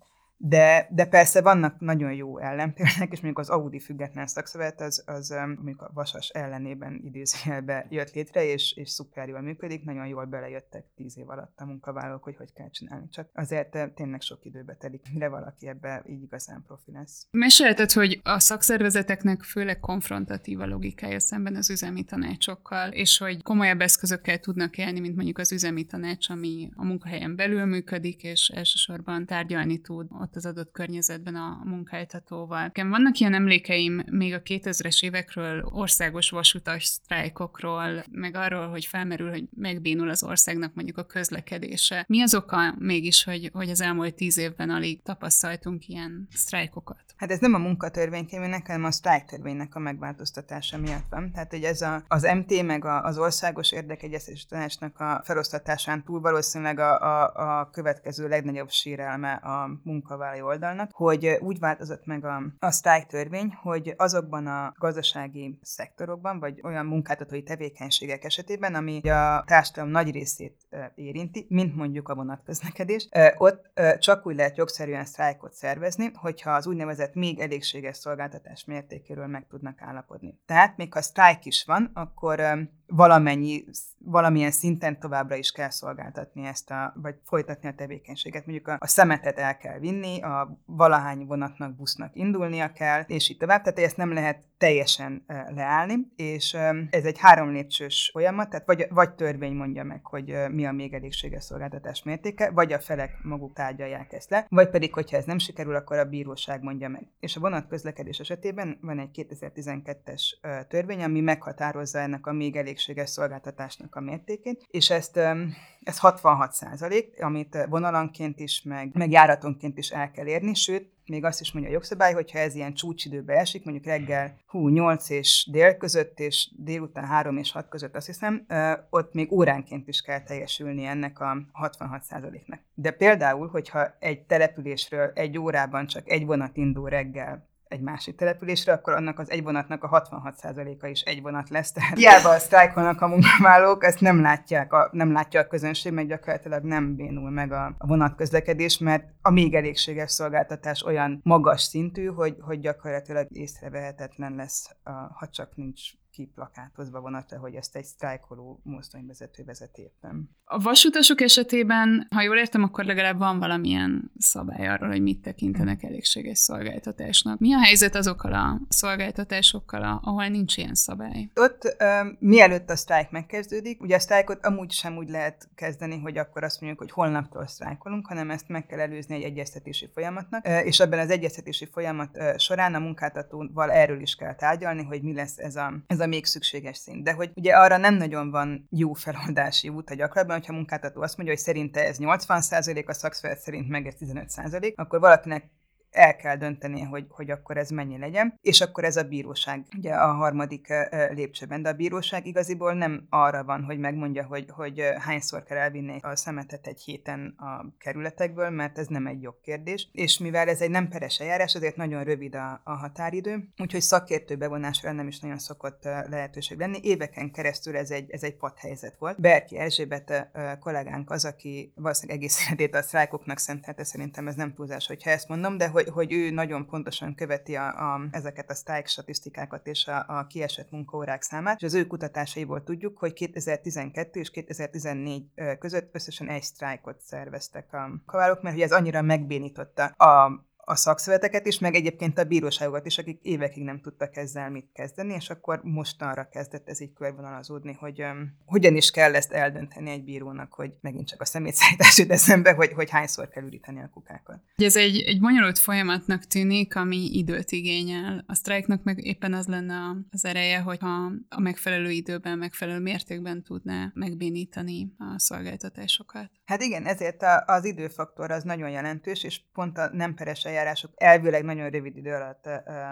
De persze vannak nagyon jó ellenpéldák, és mondjuk az Audi független szakszervezet az mondjuk a Vasas ellenében idézőjelbe jött létre, és szuper jól működik, nagyon jól belejöttek 10 év alatt a munkavállalók, hogy kell csinálni. Csak azért tényleg sok időbe telik, mire valaki ebbe így igazán profi lesz. Mesélted, hogy a szakszervezeteknek főleg konfrontatív a logikája szemben az üzemi tanácsokkal, és hogy komolyabb eszközökkel tudnak élni, mint mondjuk az üzemi tanács, ami a munkahelyen belül működik, és elsősorban tárgyalni tud ott az adott környezetben a munkáltatóval. Vannak ilyen emlékeim még a 2000-es évekről, országos vasutas sztrájkokról, meg arról, hogy felmerül, hogy megbénul az országnak mondjuk a közlekedése. Mi az oka mégis, hogy az elmúlt 10 évben alig tapasztaltunk ilyen sztrájkokat? Hát ez nem a munkatörvénykönyvének, hanem a sztrájktörvénynek a megváltoztatása miatt van. Tehát, hogy ez az MT meg az országos érdekegyeztetési tanácsnak a felosztatásán túl valószínűleg a következő legnagyobb sérelme a munkavállalói oldalnak, hogy úgy változott meg a sztrájktörvény, hogy azokban a gazdasági szektorokban, vagy olyan munkáltatói tevékenységek esetében, ami a társadalom nagy részét érinti, mint mondjuk a vonatközlekedés, ott csak úgy lehet jogszerűen sztrájkot szervezni, hogyha az úgynevezett még elégséges szolgáltatás mértékéről meg tudnak állapodni. Tehát még ha sztrájk is van, akkor valamilyen szinten továbbra is kell szolgáltatni vagy folytatni a tevékenységet. Mondjuk a szemetet el kell vinni, menni, a valahány vonatnak, busznak indulnia kell, és így tovább, tehát ezt nem lehet teljesen leállni, és ez egy 3 lépcsős folyamat, tehát vagy törvény mondja meg, hogy mi a még elégséges szolgáltatás mértéke, vagy a felek maguk tárgyalják ezt le, vagy pedig, hogyha ez nem sikerül, akkor a bíróság mondja meg. És a vonatközlekedés esetében van egy 2012-es törvény, ami meghatározza ennek a még elégséges szolgáltatásnak a mértékét, és ez 66%, amit vonalanként is, meg járatonként is el kell érni, sőt, még azt is mondja a jogszabály, hogyha ez ilyen csúcsidőbe esik, mondjuk reggel 8 és dél között, és délután 3 és 6 között, azt hiszem, ott még óránként is kell teljesülni ennek a 66%-nak. De például, hogyha egy településről egy órában csak egy vonat indul reggel egy másik településre, akkor annak az egy vonatnak a 66%-a is egy vonat lesz. Tehát hiába sztrájkolnak a munkavállalók, ezt nem látja a közönség, mert gyakorlatilag nem bénul meg a vonatközlekedés, mert a még elégséges szolgáltatás olyan magas szintű, hogy gyakorlatilag észrevehetetlen lesz, ha csak nincs kiplakátozva vonatra, hogy ezt egy sztrájkoló mozdonyvezető vezeti éppen. A vasutasok esetében, ha jól értem, akkor legalább van valamilyen szabály arról, hogy mit tekintenek elégséges szolgáltatásnak. Mi a helyzet azokkal a szolgáltatásokkal, ahol nincs ilyen szabály? Ott mielőtt a sztrájk megkezdődik, ugye a sztrájkot amúgy sem úgy lehet kezdeni, hogy akkor azt mondjuk, hogy holnaptól sztrájkolunk, hanem ezt meg kell előzni egy egyeztetési folyamatnak, és ebben az egyeztetési folyamat során a munkáltatóval erről is kell tárgyalni, hogy mi lesz ez a még szükséges szint. De hogy ugye arra nem nagyon van jó feloldási út a gyakorlatban, hogyha a munkáltató azt mondja, hogy szerinte ez 80%, a szakszervezet szerint meg ez 15%, akkor valakinek el kell döntenie, hogy akkor ez mennyi legyen, és akkor ez a bíróság, ugye a harmadik lépcsőben. De a bíróság igaziból nem arra van, hogy megmondja, hogy hányszor kell elvinni a szemetet egy héten a kerületekből, mert ez nem egy jogkérdés, és mivel ez egy nem peres eljárás, ezért nagyon rövid a határidő, úgyhogy szakértő bevonásra nem is nagyon szokott lehetőség lenni. Éveken keresztül ez egy patthelyzet volt. Berki Erzsébet kollégánk az, aki valószínűleg egész életét a sztrájkoknak szentelte, szerintem ez nem túlzás, hogyha ezt mondom, de hogy ő nagyon pontosan követi ezeket a sztrájk statisztikákat és a kiesett munkaórák számát, és az ő kutatásaiból tudjuk, hogy 2012 és 2014 között összesen egy sztrájkot szerveztek a munkavállalók, mert hogy ez annyira megbénította a szakszervezeteket is, meg egyébként a bíróságokat is, akik évekig nem tudtak ezzel mit kezdeni, és akkor mostanra kezdett ez így körvonalazódni, hogy hogyan is kell ezt eldönteni egy bírónak, hogy megint csak a szemétszállítás jut eszembe, hogy hányszor kell üríteni a kukákat. Ez egy bonyolult folyamatnak tűnik, ami időt igényel. A sztrájknak meg éppen az lenne az ereje, hogyha a megfelelő időben, megfelelő mértékben tudná megbénítani a szolgáltatásokat. Hát igen, ezért az időfaktor az nagyon jelentős, és pont a nem peres eljárások elvileg nagyon rövid idő alatt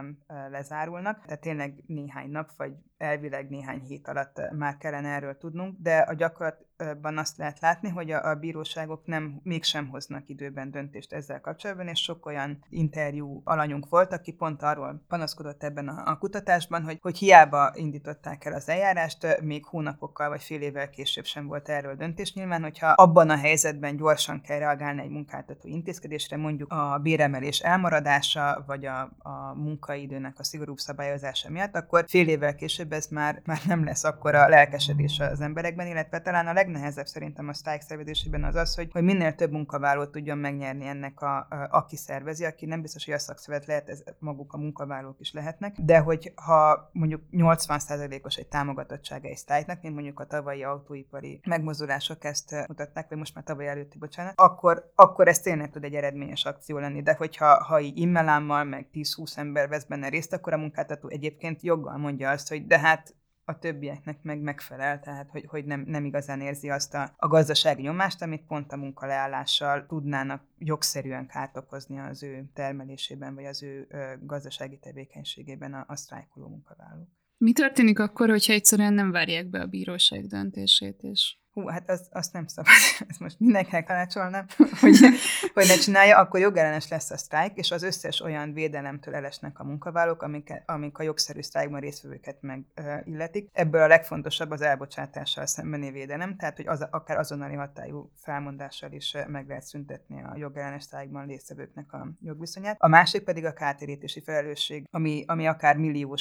lezárulnak, tehát tényleg néhány nap, vagy elvileg néhány hét alatt már kellene erről tudnunk, de a gyakorlatban azt lehet látni, hogy a bíróságok mégsem hoznak időben döntést ezzel kapcsolatban, és sok olyan interjú alanyunk volt, aki pont arról panaszkodott ebben a kutatásban, hogy hiába indították el az eljárást, még hónapokkal vagy fél évvel később sem volt erről döntés. Nyilván, hogyha abban a helyzetben gyorsan kell reagálni egy munkáltató intézkedésre, mondjuk a béremelés elmaradása, vagy a munkaidőnek a szigorúbb szabályozása miatt, akkor fél évvel később ez már nem lesz akkora lelkesedés az emberekben, illetve talán a legnehezebb szerintem a sztrájk szervezésében az, hogy minél több munkavállalót tudjon megnyerni ennek aki szervezi, aki nem biztos, hogy a szakszervezet lehet, ez maguk a munkavállalók is lehetnek, de hogyha mondjuk 80%-os egy támogatottsága egy sztrájknak, mint mondjuk a tavalyi autóipari megmozdulások ezt mutatták, vagy most már tavaly előtti, bocsánat, akkor ez tényleg tud egy eredményes akció lenni, de hogyha így immelámmal, meg 10-20 ember vesz benne részt, akkor a munkáltató egyébként joggal mondja azt, hogy de hát a többieknek meg megfelel, tehát hogy nem igazán érzi azt a gazdasági nyomást, amit pont a munkaleállással tudnának jogszerűen kárt okozni az ő termelésében, vagy az ő gazdasági tevékenységében a sztrájkoló munkavállalók. Mi történik akkor, hogyha egyszerűen nem várják be a bíróság döntését is? Hát azt nem szabad, ezt most mindenkinek tanácsolnám, hogy ne csinálja, akkor jogellenes lesz a sztrájk, és az összes olyan védelemtől elesnek a munkavállalók, amik a jogszerű sztrájkban résztvevőket megilletik. Ebből a legfontosabb az elbocsátással szembeni védelem, tehát hogy akár azonnali hatályú felmondással is meg lehet szüntetni a jogellenes sztrájkban résztvevőknek a jogviszonyát. A másik pedig a kártérítési felelősség, ami akár milliós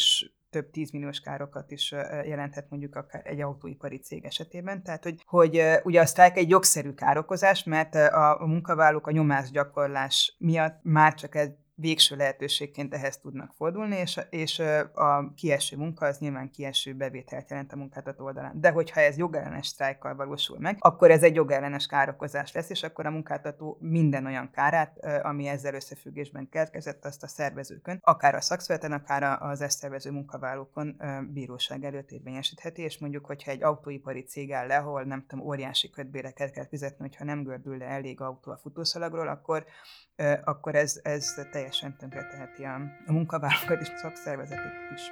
több 10 milliós károkat is jelenthet mondjuk akár egy autóipari cég esetében. Tehát, hogy ugye a sztrájk egy jogszerű károkozás, mert a munkavállalók a nyomásgyakorlás miatt már csak egy végső lehetőségként ehhez tudnak fordulni, és a kieső munka az nyilván kieső bevételt jelent a munkáltató oldalán. De hogyha ez jogellenes sztrájkkal valósul meg, akkor ez egy jogellenes károkozás lesz, és akkor a munkáltató minden olyan kárát, ami ezzel összefüggésben keletkezett, azt a szervezőkön, akár a szakszervezeten, akár az ezt szervező munkavállalókon bíróság előtt érvényesítheti, és mondjuk, hogyha egy autóipari cég áll le, ahol nem tudom, óriási kötbéreket kell fizetni, hogyha nem gördül le elég autó a futószalagról, akkor ez teljesen tönkreteheti a munkavállalókat és a szakszervezetet is.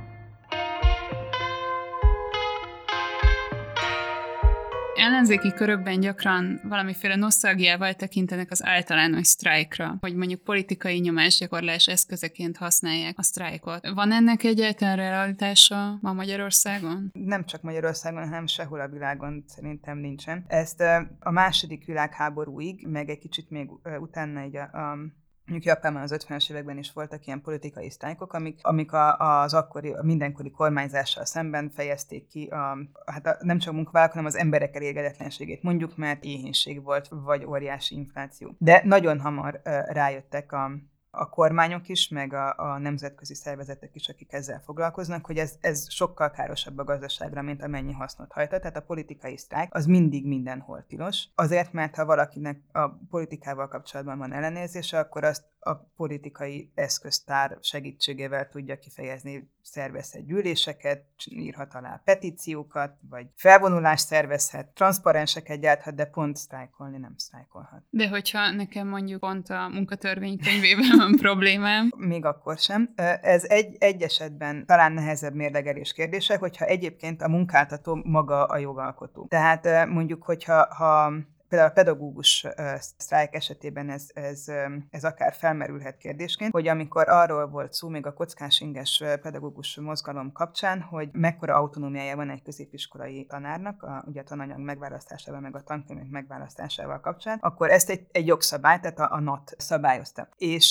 Ellenzéki körökben gyakran valamiféle nosztalgiával tekintenek az általános sztrájkra, hogy mondjuk politikai nyomásgyakorlás eszközeként használják a sztrájkot. Van ennek egyáltalán realitása ma Magyarországon? Nem csak Magyarországon, hanem sehol a világon szerintem nincsen. Ezt a második világháborúig, meg egy kicsit még utána így mondjuk Japánban az 50-es években is voltak ilyen politikai sztrájkok, amik az akkori, a mindenkori kormányzással szemben fejezték ki nem csak a munkavállalók, hanem az emberek elégedetlenségét, mondjuk, mert éhínség volt, vagy óriási infláció. De nagyon hamar rájöttek a kormányok is, meg a nemzetközi szervezetek is, akik ezzel foglalkoznak, hogy ez sokkal károsabb a gazdaságra, mint amennyi hasznot hajtott. Tehát a politikai sztrájk az mindig mindenhol tilos. Azért, mert ha valakinek a politikával kapcsolatban van ellenérzése, akkor azt a politikai eszköztár segítségével tudja kifejezni, szervezhet gyűléseket, írhat alá petíciókat, vagy felvonulást szervezhet, transzparenseket gyárthat, de pont sztrájkolni nem sztrájkolhat. De hogyha nekem mondjuk pont a munkatörvénykönyvében van problémám? Még akkor sem. Ez egy esetben talán nehezebb mérlegelés kérdése, hogyha egyébként a munkáltató maga a jogalkotó. Tehát mondjuk, hogyha például a pedagógus sztrájk esetében ez akár felmerülhet kérdésként, hogy amikor arról volt szó még a kockás-inges pedagógus mozgalom kapcsán, hogy mekkora autonómiája van egy középiskolai tanárnak, ugye a tananyag megválasztásával, meg a tankönyvek megválasztásával kapcsán, akkor ezt egy jogszabály, tehát a NAT szabályozta.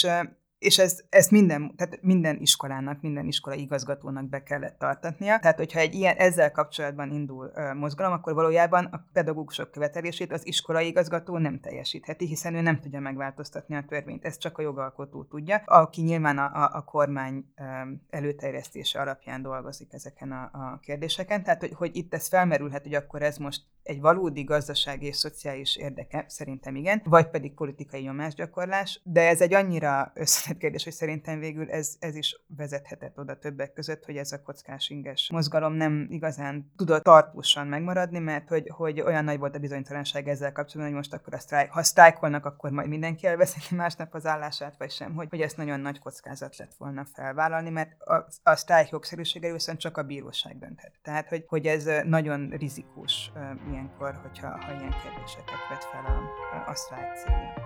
És ezt minden iskolának, minden iskola igazgatónak be kellett tartatnia. Tehát, hogyha egy ilyen ezzel kapcsolatban indul mozgalom, akkor valójában a pedagógusok követelését az iskolai igazgató nem teljesítheti, hiszen ő nem tudja megváltoztatni a törvényt. Ezt csak a jogalkotó tudja, aki nyilván a kormány előterjesztése alapján dolgozik ezeken a kérdéseken. Tehát, hogy itt ez felmerülhet, hogy akkor ez most egy valódi gazdasági és szociális érdeke, szerintem igen, vagy pedig politikai nyomásgyakorlás, de ez egy annyira összetett kérdés, hogy szerintem végül ez is vezethetett oda többek között, hogy ez a kockás-inges mozgalom nem igazán tudott tartósan megmaradni, mert hogy olyan nagy volt a bizonytalanság ezzel kapcsolatban, hogy most akkor ha sztrájkolnak, akkor majd mindenki elveszíti másnap az állását, vagy sem, hogy ezt nagyon nagy kockázat lett volna felvállalni, mert a sztrájk jogszerűsége viszont csak a bíróság dönthet. Tehát, hogy ez nagyon rizikós ilyenkor, ha ilyen kérdéseket vet fel a sztrájk célja.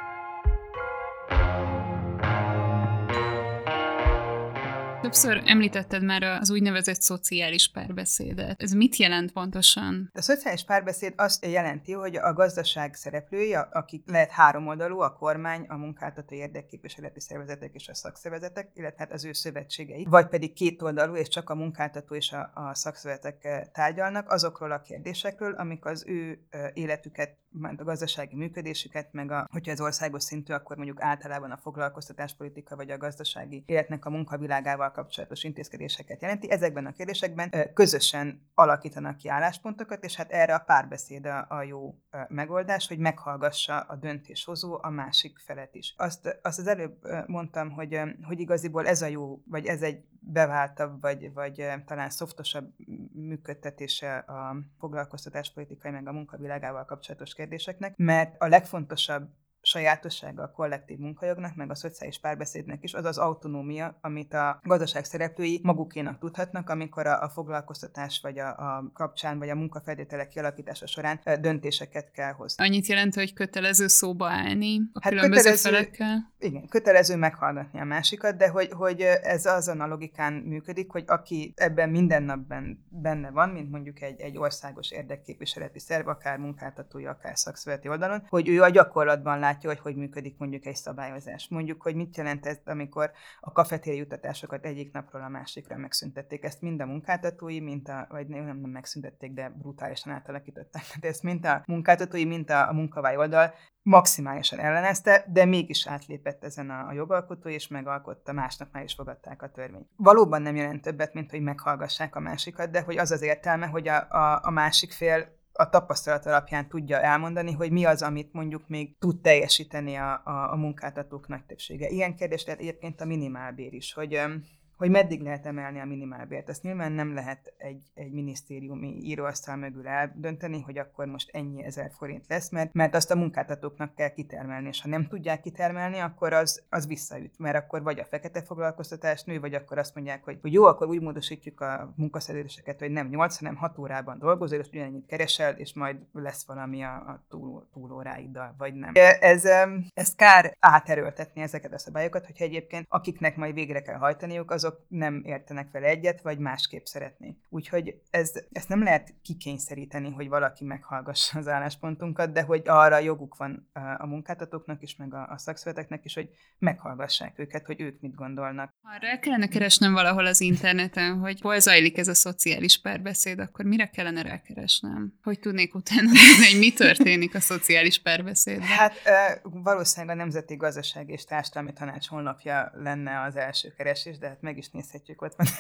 Többször említetted már az úgynevezett szociális párbeszédet. Ez mit jelent pontosan? A szociális párbeszéd azt jelenti, hogy a gazdaság szereplői, akik lehet háromoldalú, a kormány, a munkáltató érdekképviseleti szervezetek és a szakszervezetek, illetve hát az ő szövetségei, vagy pedig kétoldalú, és csak a munkáltató és a szakszervezetek tárgyalnak azokról a kérdésekről, amik az ő életüket, a gazdasági működésüket, meg hogyha ez országos szintű, akkor mondjuk általában a foglalkoztatáspolitika vagy a gazdasági életnek a munkavilágával kapcsolatos intézkedéseket jelenti. Ezekben a kérdésekben közösen alakítanak ki álláspontokat, és hát erre a párbeszéd a jó megoldás, hogy meghallgassa a döntéshozó a másik felet is. Azt az előbb mondtam, hogy igaziból ez a jó, vagy ez egy beváltabb, vagy talán szoftosabb működtetése a foglalkoztatáspolitikai meg a munkavilágával kapcsolatos kérdéseknek, mert a legfontosabb sajátossága a kollektív munkajognak, meg a szociális párbeszédnek is, az az autonómia, amit a gazdaság szereplői magukénak tudhatnak, amikor a foglalkoztatás vagy a kapcsán, vagy a munkafeltételek kialakítása során döntéseket kell hozni. Annyit jelent, hogy kötelező szóba állni a különböző felekkel? Igen, kötelező meghallgatni a másikat, de hogy ez azon a logikán működik, hogy aki ebben minden napban benne van, mint mondjuk egy országos érdekképviseleti szerv, akár munkáltatói, akár szakszervezeti oldalon, hogy ő a gyakorlatban látja látja, hogy működik mondjuk egy szabályozás. Mondjuk, hogy mit jelent ez, amikor a kafetéri juttatásokat egyik napról a másikra megszüntették. Ezt mind a munkáltatói, vagy nem megszüntették, de brutálisan átalakították. De ezt mind a munkáltatói, mind a munkavállalói oldal maximálisan ellenezte, de mégis átlépett ezen a jogalkotó, és megalkotta, másnap már is fogadták a törvényt. Valóban nem jelent többet, mint hogy meghallgassák a másikat, de hogy az értelme, hogy a másik fél a tapasztalat alapján tudja elmondani, hogy mi az, amit mondjuk még tud teljesíteni a munkáltatók nagy többsége. Ilyen kérdés lehet egyébként a minimálbér is, hogy meddig lehet emelni a minimálbért. Ezt nyilván nem lehet egy minisztériumi íróasztal mögül eldönteni, hogy akkor most ennyi 1000 forint lesz, mert azt a munkáltatóknak kell kitermelni, és ha nem tudják kitermelni, akkor az visszaüt, mert akkor vagy a fekete foglalkoztatás nő, vagy akkor azt mondják, hogy jó, akkor úgy módosítjuk a munkaszerződéseket, hogy nem 8, hanem 6 órában dolgozol, és ugyanennyit keresel, és majd lesz valami a túlóráiddal, vagy nem. Ez kár áterőltetni ezeket a szabályokat, hogyha egyébként akiknek majd végre kell hajtaniuk, azok nem értenek vele egyet, vagy másképp szeretnék. Úgyhogy ezt nem lehet kikényszeríteni, hogy valaki meghallgassa az álláspontunkat, de hogy arra joguk van a munkáltatóknak is, meg a szakszervezeteknek is, hogy meghallgassák őket, hogy ők mit gondolnak. Ha rá kellene keresnem valahol az interneten, hogy hol zajlik ez a szociális párbeszéd, akkor mire kellene rákeresnem? Hogy tudnék utána nézni, hogy mi történik a szociális párbeszédben? Hát valószínűleg a Nemzeti Gazdasági és Társadalmi Tanács honlapja lenne az első keresés, de hát meg is nézhetjük, ott van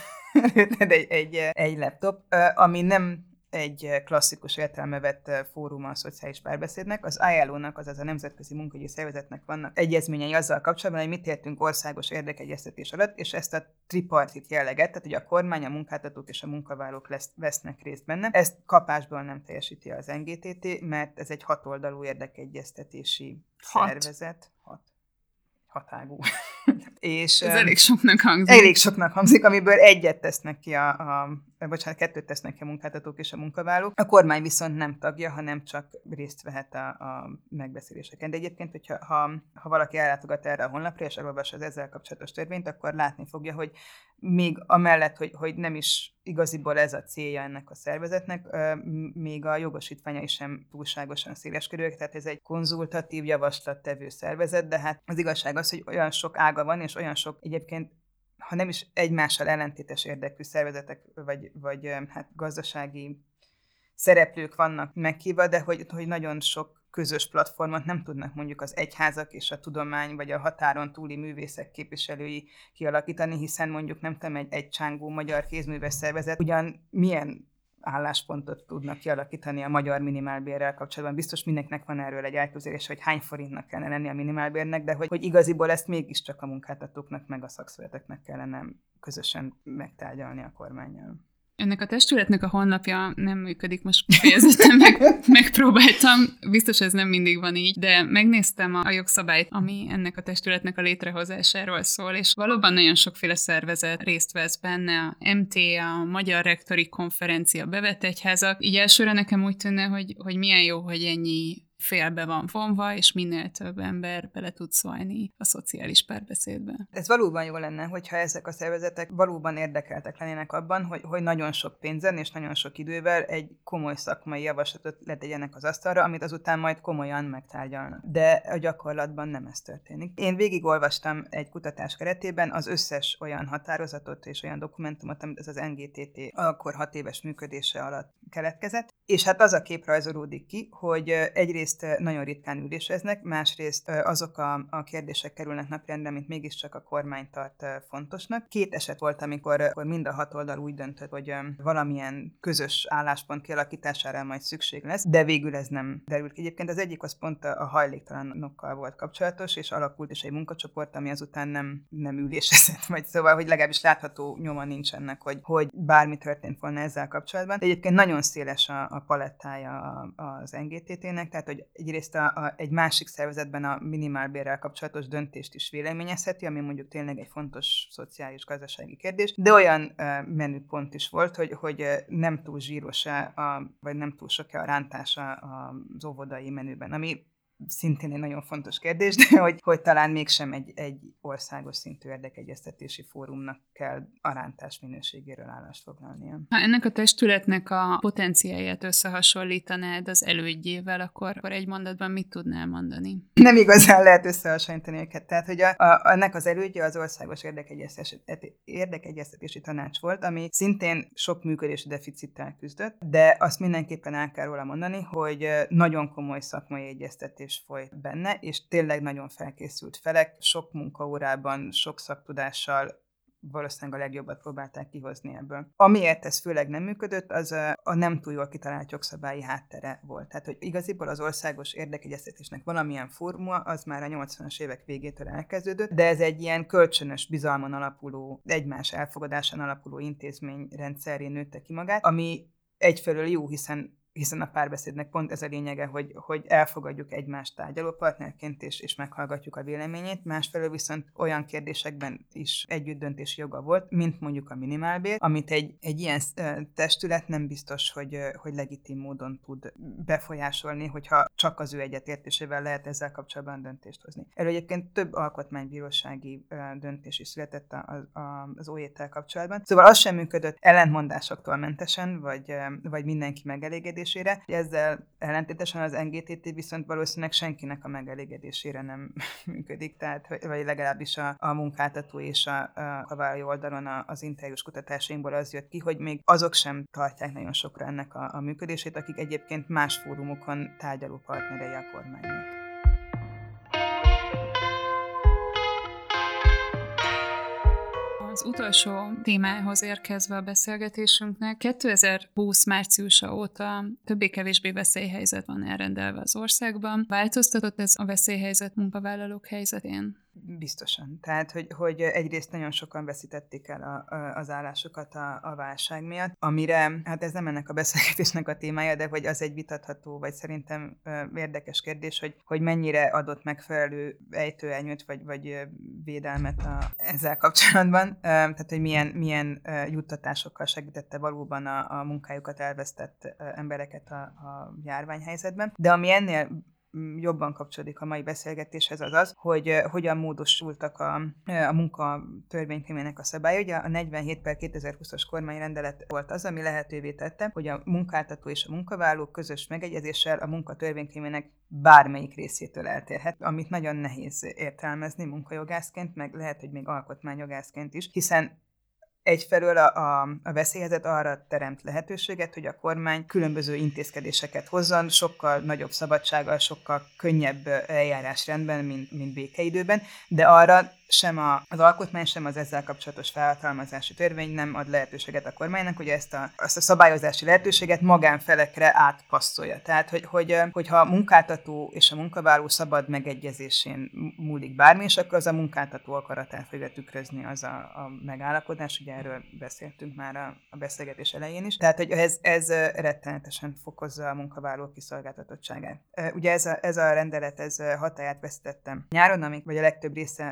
egy laptop, ami nem egy klasszikus értelme vett fóruma a szociális párbeszédnek. Az ILO-nak, azaz a Nemzetközi Munkaügyi Szervezetnek vannak egyezményei azzal kapcsolatban, hogy mit értünk országos érdekegyeztetés alatt, és ezt a tripartit jelleget, tehát hogy a kormány, a munkáltatók és a munkavállalók vesznek részt benne. Ezt kapásból nem teljesíti az NGTT, mert ez egy 6 oldalú érdekegyeztetési szervezet. 6 ágú. És, ez elég soknak hangzik. Elég soknak hangzik, amiből egyet tesznek ki kettőt tesznek ki a munkáltatók és a munkavállalók. A kormány viszont nem tagja, hanem csak részt vehet a megbeszéléseken. De egyébként, hogyha ha valaki ellátogat erre a honlapra, és elolvassa az ezzel kapcsolatos törvényt, akkor látni fogja, hogy még amellett, hogy nem is igaziból ez a célja ennek a szervezetnek, még a jogosítványai sem túlságosan széleskörűek, tehát ez egy konzultatív javaslattevő szervezet, de hát az igazság az, hogy olyan sok ága van, és olyan sok egyébként, ha nem is egymással ellentétes érdekű szervezetek, vagy hát gazdasági szereplők vannak meghívva, de hogy nagyon sok közös platformot nem tudnak mondjuk az egyházak és a tudomány, vagy a határon túli művészek képviselői kialakítani, hiszen mondjuk nem tudom, egy csángó magyar kézműves szervezet ugyan milyen álláspontot tudnak kialakítani a magyar minimálbérrel kapcsolatban. Biztos mindenkinek van erről egy elképzelés, hogy hány forintnak kellene lenni a minimálbérnek, de hogy igaziból ezt mégiscsak a munkáltatóknak meg a szakszervezeteknek kellene közösen megtárgyalni a kormánnyal. Ennek a testületnek a honlapja nem működik, most fejezetten megpróbáltam, biztos ez nem mindig van így, de megnéztem a jogszabályt, ami ennek a testületnek a létrehozásáról szól, és valóban nagyon sokféle szervezet részt vesz benne, a MT, a Magyar Rektori Konferencia, bevett egyházak. Így elsőre nekem úgy tűnne, hogy milyen jó, hogy ennyi félbe van vonva, és minél több ember bele tud szólni a szociális párbeszédbe. Ez valóban jó lenne, hogyha ezek a szervezetek valóban érdekeltek lennének abban, hogy nagyon sok pénzen és nagyon sok idővel egy komoly szakmai javaslatot letegyenek az asztalra, amit azután majd komolyan megtárgyalnak. De a gyakorlatban nem ez történik. Én végigolvastam egy kutatás keretében az összes olyan határozatot és olyan dokumentumot, amit ez az NGTT akkor 6 éves működése alatt keletkezett, és hát az a kép rajzolódik ki, hogy egyrészt nagyon ritkán üléseznek, másrészt azok a kérdések kerülnek napirendre, amit mégiscsak a kormány tart fontosnak. 2 eset volt, amikor mind a 6 oldal úgy döntött, hogy valamilyen közös álláspont kialakítására majd szükség lesz, de végül ez nem derült ki. Egyébként az egyik az pont a hajléktalanokkal volt kapcsolatos, és alakult is egy munkacsoport, ami azután nem ülésezett, vagy szóval, hogy legalábbis látható nyoma nincs ennek, hogy bármi történt volna ezzel kapcsolatban. De egyébként nagyon széles a palettája az NGTT-nek, tehát hogy egyrészt egy másik szervezetben a minimálbérrel kapcsolatos döntést is véleményezheti, ami mondjuk tényleg egy fontos szociális-gazdasági kérdés, de olyan menüpont is volt, hogy nem túl zsíros vagy nem túl sok a rántása az óvodai menüben, ami szintén egy nagyon fontos kérdés, de hogy talán mégsem egy országos szintű érdekegyeztetési fórumnak kell a rántás minőségéről állást foglalnia. Ha ennek a testületnek a potenciáját összehasonlítanád az elődjével, akkor egy mondatban mit tudnál mondani? Nem igazán lehet összehasonlítani őket. Tehát, hogy ennek az elődje az Országos Érdekegyeztetési Tanács volt, ami szintén sok működési deficittel küzdött, de azt mindenképpen el kell róla mondani, hogy nagyon komoly szakmai egyeztetés folyt benne, és tényleg nagyon felkészült felek, sok munkaórában, sok szaktudással valószínűleg a legjobbat próbálták kihozni ebből. Amiért ez főleg nem működött, az a nem túl jól kitalált jogszabályi háttere volt. Tehát, hogy igaziból az országos érdekegyeztetésnek valamilyen formula, az már a 80-as évek végétől elkezdődött, de ez egy ilyen kölcsönös bizalmon alapuló, egymás elfogadásán alapuló intézményrendszerén nőtte ki magát, ami egyfelől jó, hiszen a párbeszédnek pont ez a lényege, hogy elfogadjuk egymást tárgyalópartnerként, és meghallgatjuk a véleményét, másfelől viszont olyan kérdésekben is együttdöntési joga volt, mint mondjuk a minimálbér, amit egy ilyen testület nem biztos, hogy legitim módon tud befolyásolni, hogyha csak az ő egyetértésével lehet ezzel kapcsolatban döntést hozni. Erről egyébként több alkotmánybírósági döntés is született az OJT-tel kapcsolatban. Szóval az sem működött ellentmondásoktól mentesen, vagy mindenki megelégedésére. Ezzel ellentétesen az NGTT viszont valószínűleg senkinek a megelégedésére nem működik, tehát, vagy legalábbis a munkáltató és a munkavállaló oldalon az interjús kutatásainkból az jött ki, hogy még azok sem tartják nagyon sokra ennek a működését, akik egyébként más fórumokon tárgyaló partnerei a kormánynak. Az utolsó témához érkezve a beszélgetésünknek, 2020 márciusa óta többé-kevésbé veszélyhelyzet van elrendelve az országban. Változtatott ez a veszélyhelyzet munkavállalók helyzetén? Biztosan. Tehát, hogy egyrészt nagyon sokan veszítették el az állásukat a válság miatt, amire, hát ez nem ennek a beszélgetésnek a témája, de hogy az egy vitatható, vagy szerintem érdekes kérdés, hogy mennyire adott megfelelő ejtőernyőt, vagy védelmet ezzel kapcsolatban. Tehát, hogy milyen juttatásokkal segítette valóban a munkájukat elvesztett embereket a járványhelyzetben. De ami ennél jobban kapcsolódik a mai beszélgetéshez, az, hogy hogyan módosultak a munka törvénykönyvének a szabály. Ugye a 47/2020-as kormányrendelet volt az, ami lehetővé tette, hogy a munkáltató és a munkavállaló közös megegyezéssel a munka törvénykönyvének bármelyik részétől eltérhet, amit nagyon nehéz értelmezni munkajogászként, meg lehet, hogy még alkotmányjogászként is, hiszen egyfelől a veszélyhelyzet arra teremt lehetőséget, hogy a kormány különböző intézkedéseket hozzon, sokkal nagyobb szabadsággal, sokkal könnyebb eljárásrendben, mint békeidőben, de arra sem az alkotmány, sem az ezzel kapcsolatos felhatalmazási törvény nem ad lehetőséget a kormánynak, hogy azt a szabályozási lehetőséget magánfelekre átpasszolja. Tehát, hogyha a munkáltató és a munkavállaló szabad megegyezésén múlik bármi, és akkor az a munkáltató akaratát fogja tükrözni az a megállapodás, ugye erről beszéltünk már a beszélgetés elején is. Tehát, hogy ez rettenetesen fokozza a munkavállaló kiszolgáltatottságát. Ugye ez a rendelet, ez hatályát vesztette nyáron, vagy a legtöbb része,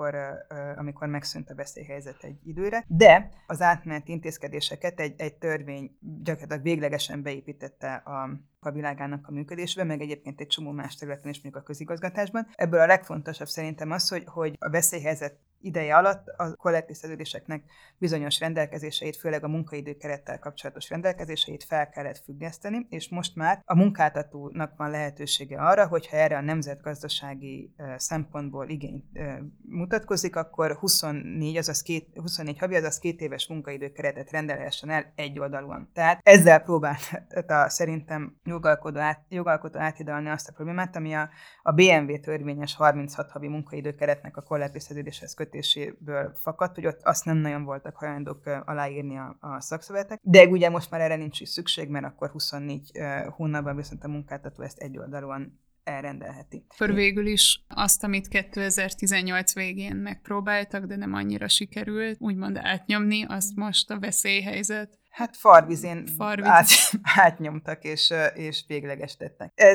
amikor megszűnt a veszélyhelyzet egy időre, de az átmeneti intézkedéseket egy törvény gyakorlatilag véglegesen beépítette a világának a működésbe, meg egyébként egy csomó más területen is, mondjuk a közigazgatásban. Ebből a legfontosabb szerintem az, hogy a veszélyhelyzet ideje alatt a kollektív szerződéseknek bizonyos rendelkezéseit, főleg a munkaidőkerettel kapcsolatos rendelkezéseit fel kellett függeszteni, és most már a munkáltatónak van lehetősége arra, hogyha erre a nemzetgazdasági szempontból igény mutatkozik, akkor 24 havi, azaz 2 éves munkaidőkeretet rendelhessen el egyoldalúan. Tehát ezzel próbálta szerintem jogalkotó áthidalni azt a problémát, ami a BMW törvényes 36 havi munkaidőkeretnek a kollektív szerződéshez kötéséből fakadt, hogy ott azt nem nagyon voltak hajlandók aláírni a szakszervezetek, de ugye most már erre nincs is szükség, mert akkor 24 hónapban viszont a munkáltató ezt egyoldalúan elrendelheti. Akkor végül is azt, amit 2018 végén megpróbáltak, de nem annyira sikerült, úgymond átnyomni, azt most a veszélyhelyzet. Hát farvizén átnyomtak és véglegestettek.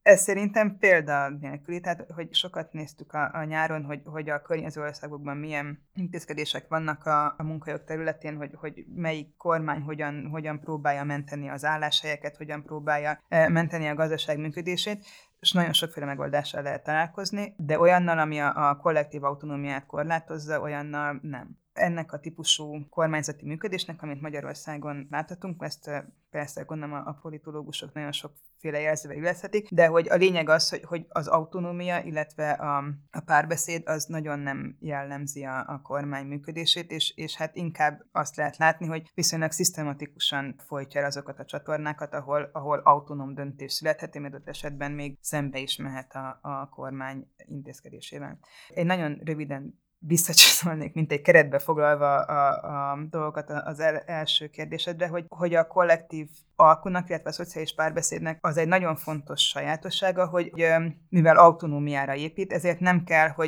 Ez szerintem példa nélküli, tehát hogy sokat néztük a nyáron, hogy a környező országokban milyen intézkedések vannak a munkajog területén, hogy melyik kormány hogyan próbálja menteni az álláshelyeket, hogyan próbálja menteni a gazdaság működését, és nagyon sokféle megoldással lehet találkozni, de olyannal, ami a kollektív autonómiát korlátozza, olyannal nem. Ennek a típusú kormányzati működésnek, amit Magyarországon láthatunk, ezt persze gondolom a politológusok nagyon sokféle jelzővel illeszthetik, de hogy a lényeg az, hogy az autonómia, illetve a párbeszéd az nagyon nem jellemzi a kormány működését, és hát inkább azt lehet látni, hogy viszonylag szisztematikusan folytja el azokat a csatornákat, ahol autonóm döntés születhet, és adott esetben még szembe is mehet a kormány intézkedésével. Egy nagyon röviden visszacsatolnék, mint egy keretbe foglalva a dolgokat az első kérdésedre, hogy a kollektív alkunak, illetve a szociális párbeszédnek az egy nagyon fontos sajátossága, hogy mivel autonómiára épít, ezért nem kell, hogy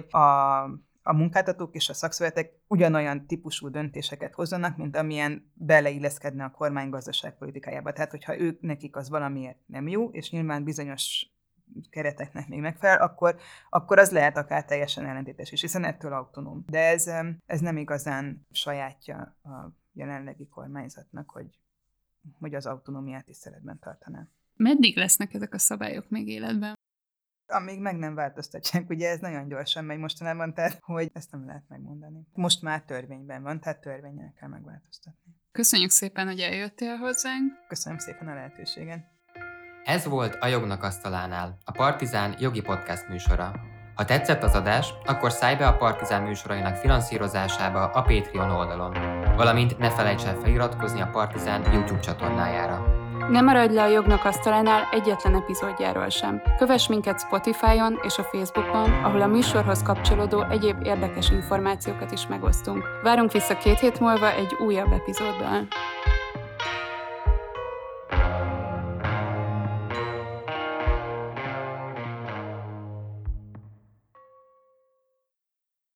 a munkáltatók és a szakszervezetek ugyanolyan típusú döntéseket hozzanak, mint amilyen beleilleszkedne a kormány gazdaságpolitikájába. Tehát, hogyha nekik az valamiért nem jó, és nyilván bizonyos kereteknek még megfelel, akkor az lehet akár teljesen ellentétes is, hiszen ettől autonóm. De ez nem igazán sajátja a jelenlegi kormányzatnak, hogy az autonómiát tiszteletben tartaná. Meddig lesznek ezek a szabályok még életben? Amíg meg nem változtatják, ugye ez nagyon gyorsan megy mostanában, tehát hogy ezt nem lehet megmondani. Most már törvényben van, tehát törvényen kell megváltoztatni. Köszönjük szépen, hogy eljöttél hozzánk. Köszönöm szépen a lehetőséget. Ez volt a Jognak asztalánál, a Partizán jogi podcast műsora. Ha tetszett az adás, akkor szállj be a Partizán műsorainak finanszírozásába a Patreon oldalon, valamint ne felejts el feliratkozni a Partizán YouTube csatornájára. Ne maradj le a Jognak asztalánál egyetlen epizódjáról sem. Kövess minket Spotify-on és a Facebookon, ahol a műsorhoz kapcsolódó egyéb érdekes információkat is megosztunk. Várunk vissza 2 hét múlva egy újabb epizóddal.